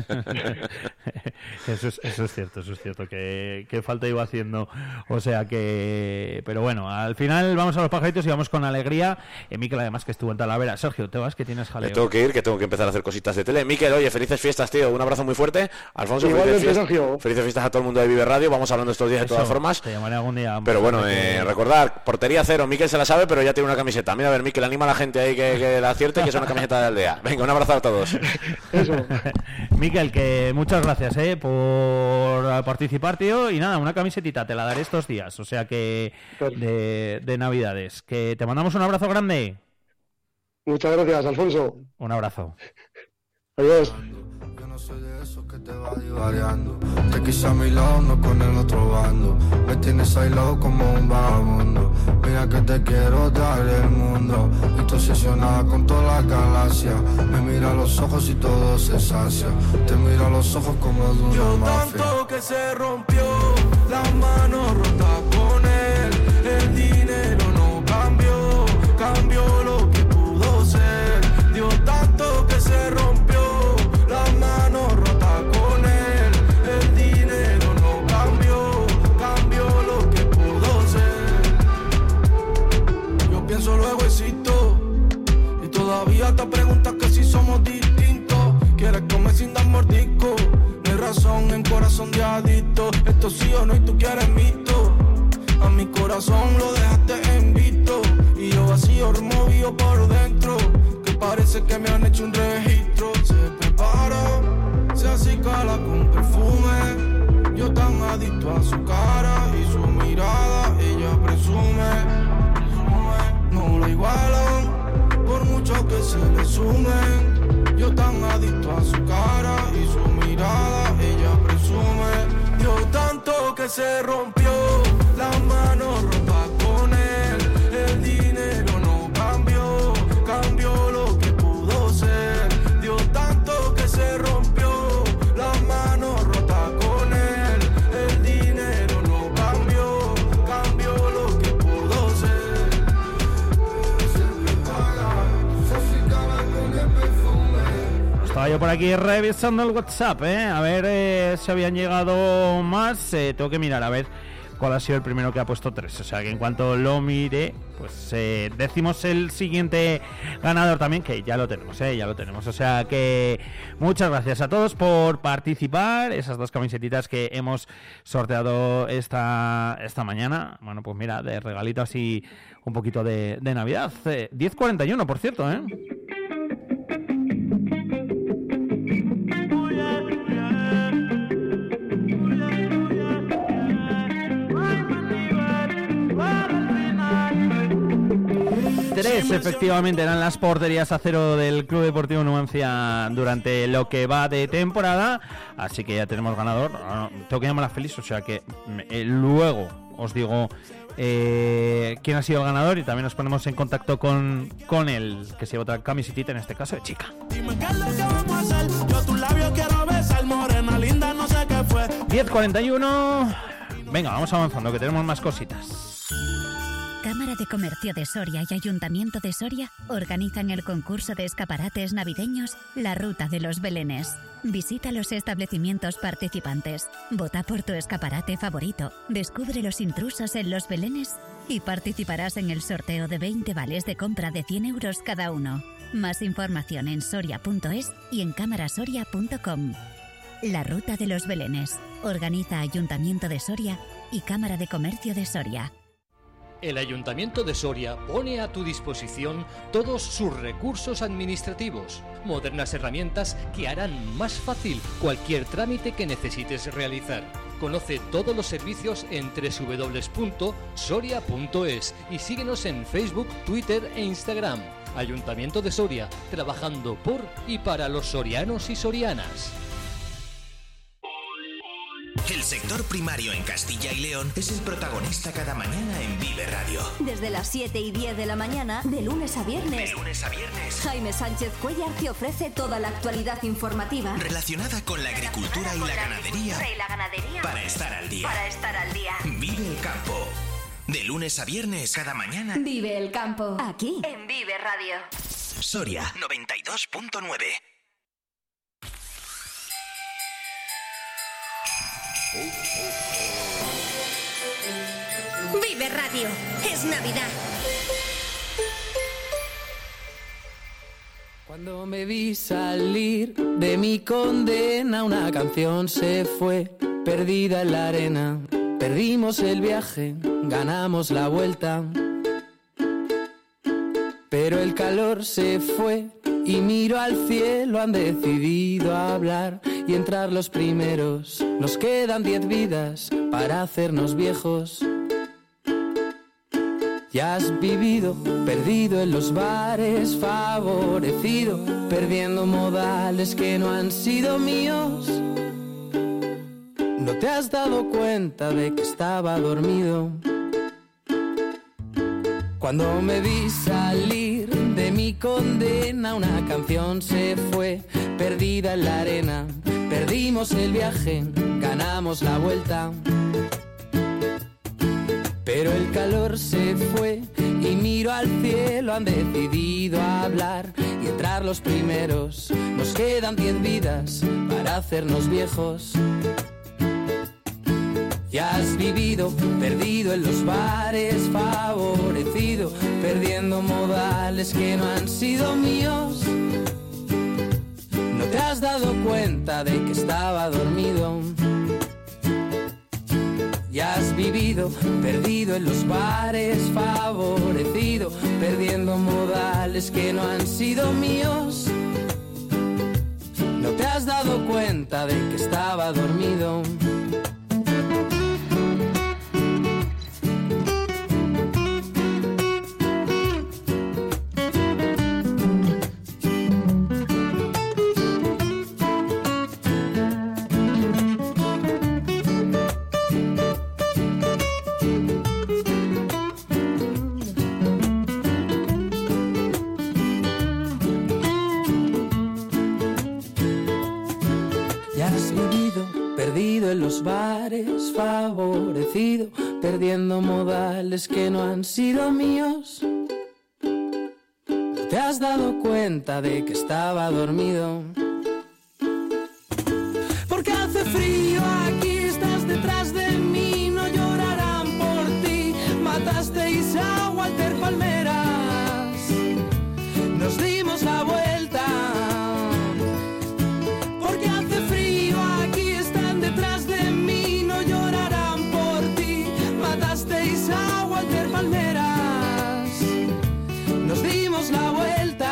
Eso es, eso es cierto, eso es cierto, que, que falta iba haciendo. O sea que... Pero bueno, al final vamos a los pajaritos y vamos con alegría. Eh, Miquel, además, que estuvo en Talavera. Sergio, te vas, que tienes Me jaleo. tengo que ir, que tengo que empezar a hacer cositas de tele. Miquel, oye, felices fiestas, tío. Un abrazo muy fuerte. Alfonso, felices Igualmente, fiestas. Sergio. Felices fiestas a todo el mundo de Vive Radio. Vamos hablando estos días de Eso, todas formas. Te llamaré algún día. Pero bueno, porque- eh, recordar, portería cero. Miquel se la sabe, pero ya tiene una camiseta. Mira, a ver, Miquel, anima a la gente ahí que, que la acierte, que es una camiseta de aldea. Venga, un abrazo a todos. Eso. Miquel, que muchas gracias eh, por participar, tío. Y nada, una camisetita te la daré estos días. O sea que de, de Navidades. Que te mandamos un abrazo grande. Muchas gracias, Alfonso. Un abrazo. Adiós. Yo no soy de esos que te va divariando. Te quise a mi lado, no con el otro bando. Me tienes aislado como un vagabundo. Mira que te quiero dar el mundo. Y tú obsesionada con toda la galaxia. Me mira a los ojos y todo se sacia. Te miro a los ojos como de una Yo mafia. tanto que se rompió, las manos rotas con él. El dinero no cambió, cambió lo que pudo ser. Dio tanto que se rompió, las manos rotas con él. El dinero no cambió, cambió lo que pudo ser. Yo pienso luego existo y todavía te preguntas que si somos distintos. Quieres comer sin dar mordisco, no hay razón en corazón de adicto. Esto esto sí o no y tú quieres mito. A mi corazón lo dejaste en visto y yo vacío removido por dentro, que parece que me han hecho un registro. Se prepara, se acicala con perfume, yo tan adicto a su cara y su mirada, ella presume, no la igualan, por mucho que se le sumen, yo tan adicto a su cara y su mirada, ella presume, dio tanto que se rompió, las manos rotas con él, el dinero no cambió, cambió lo que pudo ser, dio tanto que se rompió, las manos rotas con él, el dinero no cambió, cambió lo que pudo ser. Se prepara, se acicala con el perfume. Estaba yo por aquí revisando el WhatsApp, ¿eh? A ver eh, si habían llegado más. Eh, tengo que mirar, a ver cuál ha sido el primero que ha puesto tres. O sea que en cuanto lo mire, pues eh, decimos el siguiente ganador también, que ya lo tenemos, ¿eh? Ya lo tenemos. O sea que muchas gracias a todos por participar. Esas dos camisetitas que hemos sorteado esta, esta mañana. Bueno, pues mira, de regalito así un poquito de, de Navidad. Eh, diez cuarenta y uno, por cierto, ¿eh? Tres, efectivamente, eran las porterías a cero del Club Deportivo Numancia durante lo que va de temporada. Así que ya tenemos ganador. Tengo que llamar a Félix, o sea que eh, luego os digo eh, quién ha sido el ganador y también nos ponemos en contacto con, con él, que se lleva otra camiseta, en este caso de chica. diez cuarenta y uno. Venga, vamos avanzando, que tenemos más cositas. Cámara de Comercio de Soria y Ayuntamiento de Soria organizan el concurso de escaparates navideños La Ruta de los Belenes. Visita los establecimientos participantes, vota por tu escaparate favorito, descubre los intrusos en los belenes y participarás en el sorteo de veinte vales de compra de cien euros cada uno. Más información en soria punto es y en camarasoria punto com. La Ruta de los Belenes. Organiza Ayuntamiento de Soria y Cámara de Comercio de Soria. El Ayuntamiento de Soria pone a tu disposición todos sus recursos administrativos, modernas herramientas que harán más fácil cualquier trámite que necesites realizar. Conoce todos los servicios en doble u doble u doble u punto soria punto es y síguenos en Facebook, Twitter e Instagram. Ayuntamiento de Soria, trabajando por y para los sorianos y sorianas. El sector primario en Castilla y León es el protagonista cada mañana en Vive Radio. Desde las siete y diez de la mañana, de lunes a viernes. De lunes a viernes. Jaime Sánchez Cuellar te ofrece toda la actualidad informativa relacionada con la agricultura y la, la ganadería. Agricultura y la ganadería. Para estar al día. Para estar al día. Vive el campo. De lunes a viernes cada mañana. Vive el campo. Aquí en Vive Radio. Soria noventa y dos punto nueve. Vive Radio, es Navidad. Cuando me vi salir de mi condena, una canción se fue perdida en la arena. Perdimos el viaje, ganamos la vuelta, pero el calor se fue y miro al cielo. Han decidido hablar y entrar los primeros. Nos quedan diez vidas para hacernos viejos. Ya has vivido, perdido en los bares, favorecido, perdiendo modales que no han sido míos. No te has dado cuenta de que estaba dormido. Cuando me vi salir de mi condena, una canción se fue perdida en la arena. Perdimos el viaje, ganamos la vuelta, pero el calor se fue y miro al cielo. Han decidido hablar y entrar los primeros. Nos quedan diez vidas para hacernos viejos. Ya has vivido, perdido en los bares, favorecido, perdiendo modales que no han sido míos. No te has dado cuenta de que estaba dormido. vivido, perdido en los bares, favorecido, perdiendo modales que no han sido míos. No te has dado cuenta de que estaba dormido. En los bares, favorecido, perdiendo modales que no han sido míos. ¿Te has dado cuenta de que estaba dormido? Porque hace frío, aquí estás detrás de mí, no llorarán por ti. Matasteis a Walter Palmeras, nos dimos la vuelta. Porque hace frío, aquí están detrás de mí, no llorarán por ti. Matasteis a Walter Palmeras, nos dimos la vuelta.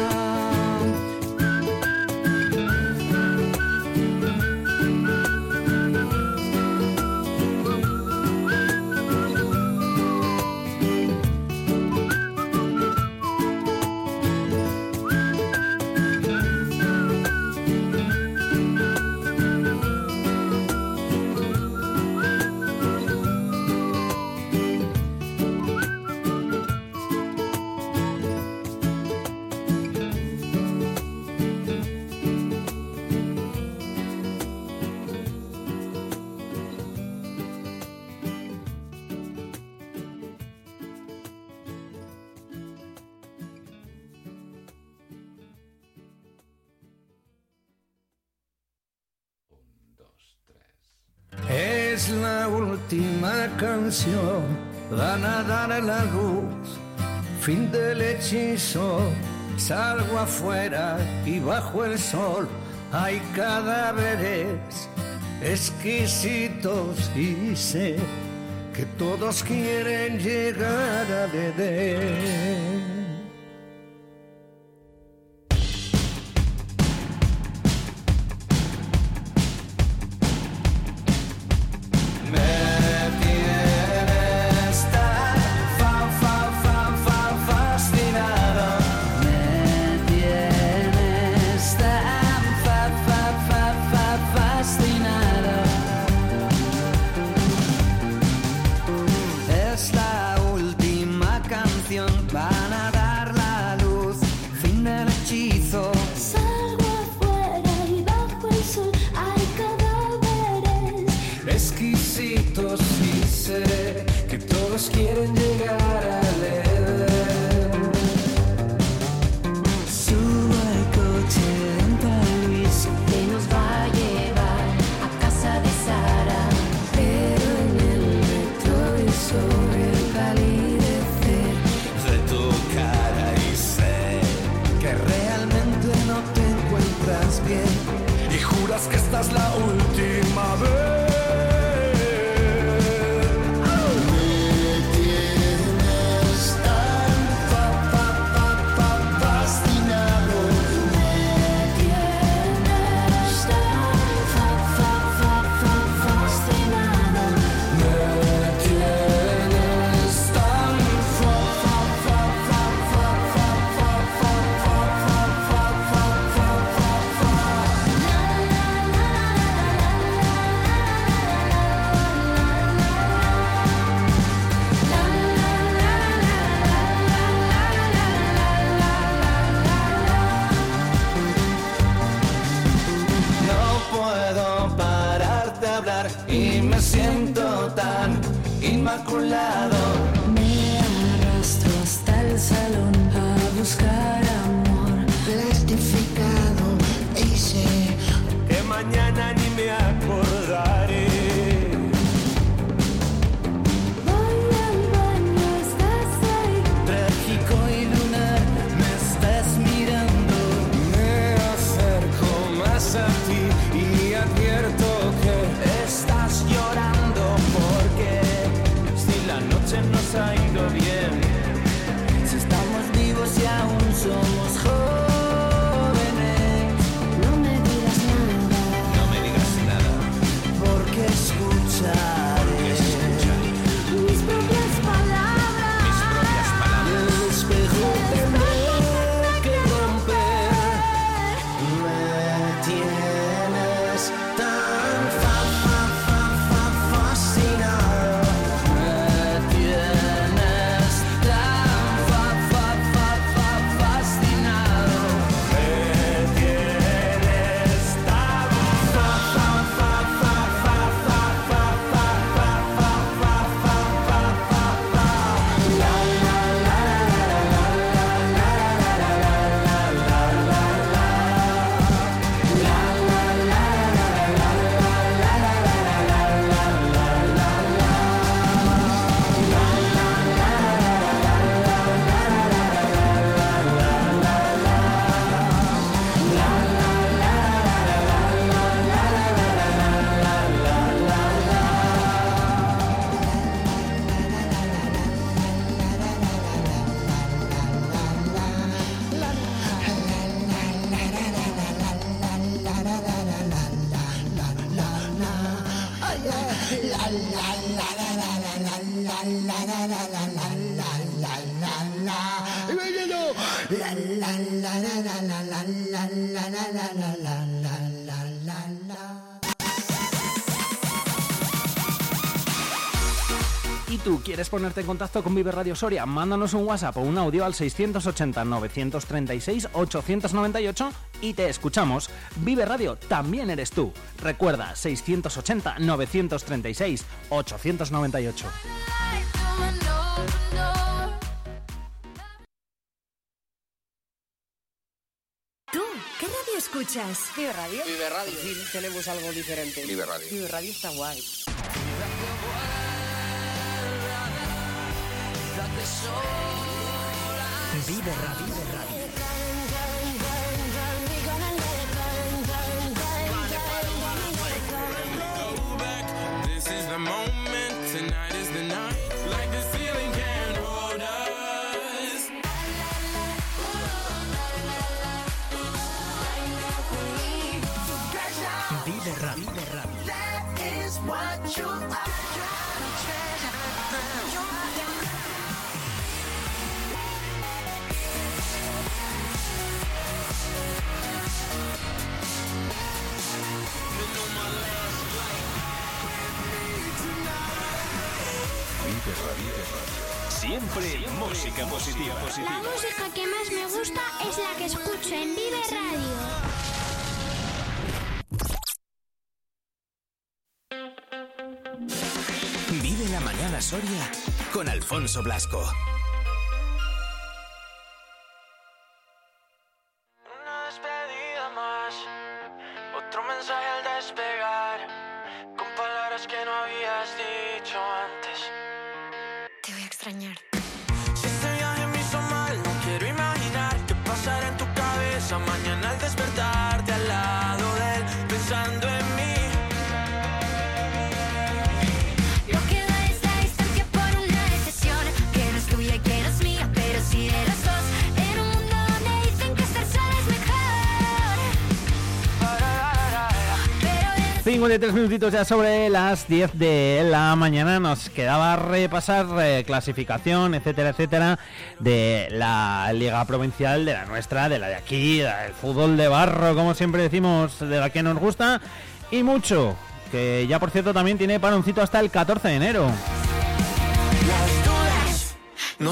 Es la última canción, van a dar la luz, fin del hechizo. Salgo afuera y bajo el sol hay cadáveres exquisitos y sé que todos quieren llegar a Edén. Quieren llegar al Edén. Subo al coche lento a Luis, que nos va a llevar a casa de Sara. Pero en el retrovisor el palidecer de tu cara y sé que realmente no te encuentras bien y juras que esta es la última vez. la ¿Y tú quieres ponerte en contacto con Vive Radio Soria? Mándanos un WhatsApp o un audio al seiscientos ochenta, novecientos treinta y seis, ochocientos noventa y ocho y te escuchamos. Vive Radio también eres tú. Recuerda, seiscientos ochenta, novecientos treinta y seis, ochocientos noventa y ocho. ¿Tú qué radio escuchas? Vive Radio. Vive Radio. Por fin tenemos algo diferente. Vive Radio. Vive Radio está guay. Vive Radio. Vive Radio. This is the moment, tonight is the night. Like the ceiling can't hold us. Vive Radio. Vive Radio. That is what you are. Siempre, Siempre música positiva, positiva. La música que más me gusta es la que escucho en Vive Radio. Vive la mañana Soria con Alfonso Blasco. Una despedida más, otro mensaje al despegar, con palabras que no habías dicho antes. Te voy a extrañar. Si este viaje me hizo mal, no quiero imaginar qué pasará en tu cabeza mañana al despertarte al lado de él, pensando en mí. Lo que da es la distancia por una decisión que no es tuya y que no es mía, pero sí de los dos. En un mundo donde dicen que estar sola es mejor. cincuenta y tres minutitos ya sobre las diez de la mañana. Nos quedaba repasar eh, clasificación, etcétera, etcétera, de la Liga Provincial, de la nuestra, de la de aquí, del fútbol de barro, como siempre decimos, de la que nos gusta y mucho. Que ya, por cierto, también tiene paroncito hasta el catorce de enero. Las dudas no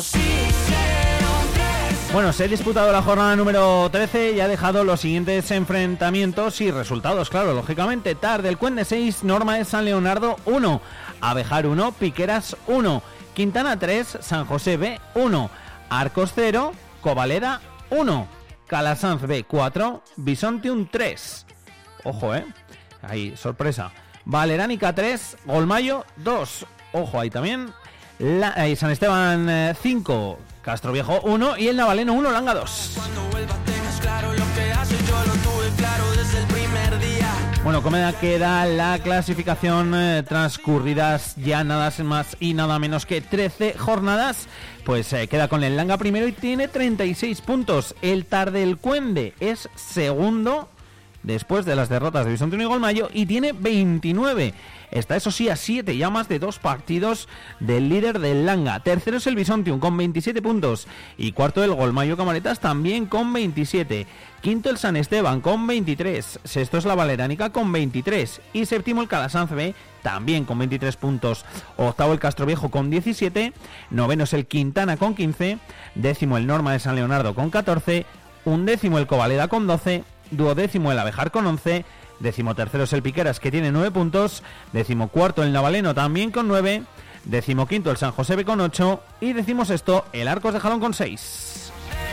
Bueno, se ha disputado la jornada número trece y ha dejado los siguientes enfrentamientos y resultados, claro, lógicamente. Tar del Cuende seis, Norma de San Leonardo uno, Abejar uno, Piqueras uno, Quintana tres, San José B uno, Arcos cero, Covaleda uno, Calasanz B cuatro, Bisontium tres. Ojo, eh. Ahí, sorpresa. Valeránica tres, Golmayo dos. Ojo, ahí también. La, eh, San Esteban eh, cinco, Castroviejo uno y el Navaleno uno, Langa dos. Cuando vuelva tengas claro lo que haces, yo lo tuve claro desde el primer día. Bueno, ¿cómo queda la clasificación eh, transcurridas ya nada más y nada menos que trece jornadas? Pues eh, queda con el Langa primero y tiene treinta y seis puntos. El Tar del Cuende es segundo después de las derrotas de Bisontium y Golmayo y tiene veintinueve. Está, eso sí, a siete, ya más de dos partidos del líder del Langa. Tercero es el Bisontium con veintisiete puntos y cuarto el Golmayo Camaretas también con veintisiete. Quinto el San Esteban con veintitrés. Sexto es la Valeránica con veintitrés y séptimo el Calasanz B también con veintitrés puntos. Octavo el Castroviejo con diecisiete. Noveno es el Quintana con quince. Décimo el Norma de San Leonardo con catorce. Undécimo el Covaleda con doce. Duodécimo el Abejar con once, décimo tercero es el Piqueras que tiene nueve puntos, décimo cuarto el Navaleno también con nueve, décimo quinto el San José B con ocho y décimo sexto el Arcos de Jalón con seis.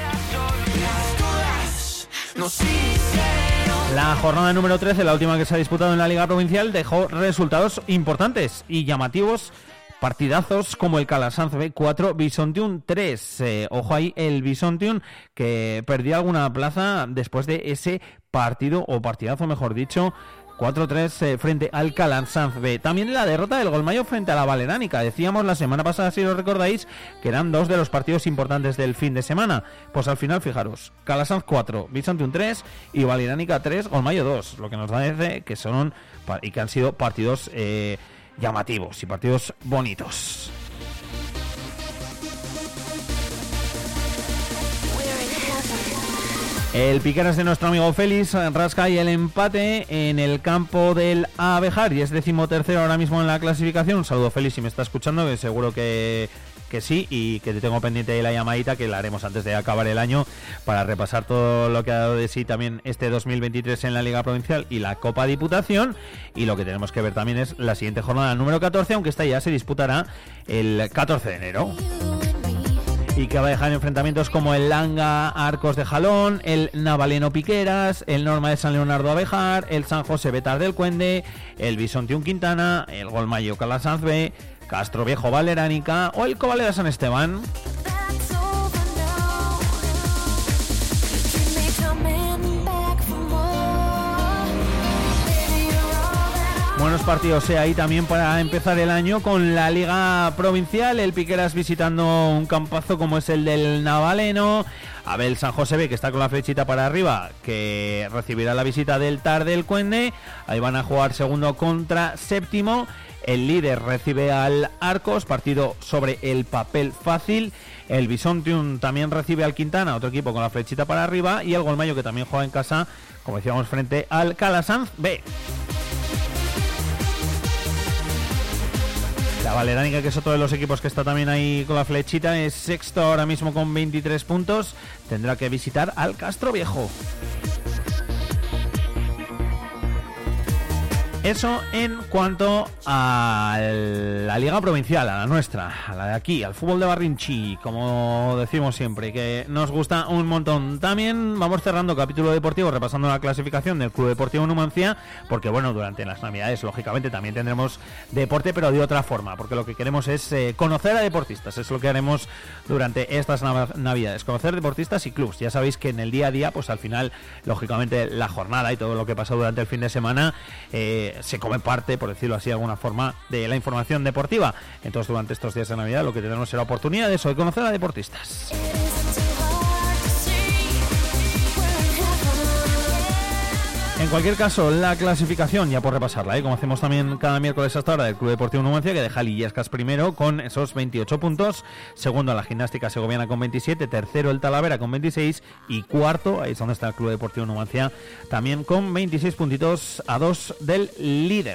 La jornada número trece, la última que se ha disputado en la Liga Provincial, dejó resultados importantes y llamativos. Partidazos como el Calasanz B cuatro, Bisontium tres. Eh, ojo ahí el Bisontium que perdió alguna plaza después de ese partido, o partidazo mejor dicho, cuatro tres eh, frente al Calasanz B. También la derrota del Golmayo frente a la Valeránica. Decíamos la semana pasada, si lo recordáis, que eran dos de los partidos importantes del fin de semana. Pues al final, fijaros, Calasanz cuatro, Bisontium tres y Valeránica tres, Golmayo dos. Lo que nos da que son y que han sido partidos... Eh, llamativos y partidos bonitos. El Piqueras de nuestro amigo Félix rasca y el empate en el campo del Abejar y es decimotercero ahora mismo en la clasificación. Un saludo, Félix, si me está escuchando, que seguro que, que sí, y que te tengo pendiente de la llamadita que la haremos antes de acabar el año para repasar todo lo que ha dado de sí también este dos mil veintitrés en la Liga Provincial y la Copa Diputación. Y lo que tenemos que ver también es la siguiente jornada número catorce, aunque esta ya se disputará el catorce de enero. Y que va a dejar enfrentamientos como el Langa Arcos de Jalón, el Navaleno Piqueras, el Norma de San Leonardo Abejar, el San José Betar del Cuende, el Bisontium Quintana, el Golmayo Calasanz B, Castro Viejo Valeránica o el Covaleda San Esteban. Buenos partidos eh, ahí también para empezar el año con la Liga Provincial. El Piqueras visitando un campazo como es el del Navaleno. Abel San José B, que está con la flechita para arriba, que recibirá la visita del Tar del Cuende. Ahí van a jugar segundo contra séptimo. El líder recibe al Arcos, partido sobre el papel fácil. El Bisontium también recibe al Quintana, otro equipo con la flechita para arriba. Y el Golmayo, que también juega en casa, como decíamos, frente al Calasanz B. La Valeránica, que es otro de los equipos que está también ahí con la flechita, es sexto ahora mismo con veintitrés puntos. Tendrá que visitar al Castro Viejo. Eso en cuanto a la Liga Provincial, a la nuestra, a la de aquí, al fútbol de Barrinchi, como decimos siempre, que nos gusta un montón. También vamos cerrando capítulo deportivo, repasando la clasificación del Club Deportivo Numancia, porque bueno, durante las Navidades, lógicamente, también tendremos deporte, pero de otra forma, porque lo que queremos es eh, conocer a deportistas, es lo que haremos durante estas nav- Navidades, conocer deportistas y clubs. Ya sabéis que en el día a día, pues al final, lógicamente, la jornada y todo lo que pasa durante el fin de semana, eh, se come parte, por decirlo así de alguna forma, de la información deportiva. Entonces, durante estos días de Navidad lo que tendremos será oportunidad de eso, de conocer a deportistas. En cualquier caso, la clasificación, ya por repasarla, ¿eh? como hacemos también cada miércoles hasta ahora, del Club Deportivo Numancia, que deja Illescas primero con esos veintiocho puntos, segundo la Gimnástica Segoviana con veintisiete, tercero el Talavera con veintiséis y cuarto, ahí es donde está el Club Deportivo Numancia, también con veintiséis puntitos a dos del líder.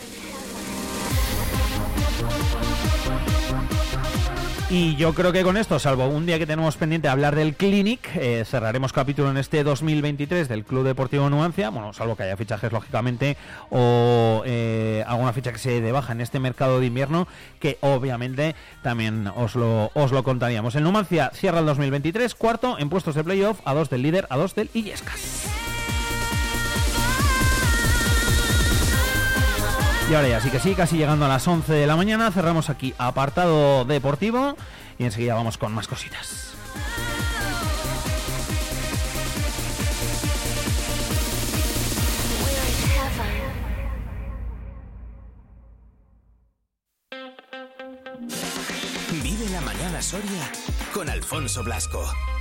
Y yo creo que con esto, salvo un día que tenemos pendiente hablar del Clinic, eh, cerraremos capítulo en este dos mil veintitrés del Club Deportivo Numancia, bueno, salvo que haya fichajes, lógicamente, o eh, alguna ficha que se dé de baja en este mercado de invierno, que obviamente también os lo, os lo contaríamos. El Numancia cierra el dos mil veintitrés, cuarto en puestos de playoff, a dos del líder, a dos del Illescas. Y ahora ya, sí que sí, casi llegando a las once de la mañana, cerramos aquí apartado deportivo y enseguida vamos con más cositas. Vive la mañana Soria con Alfonso Blasco.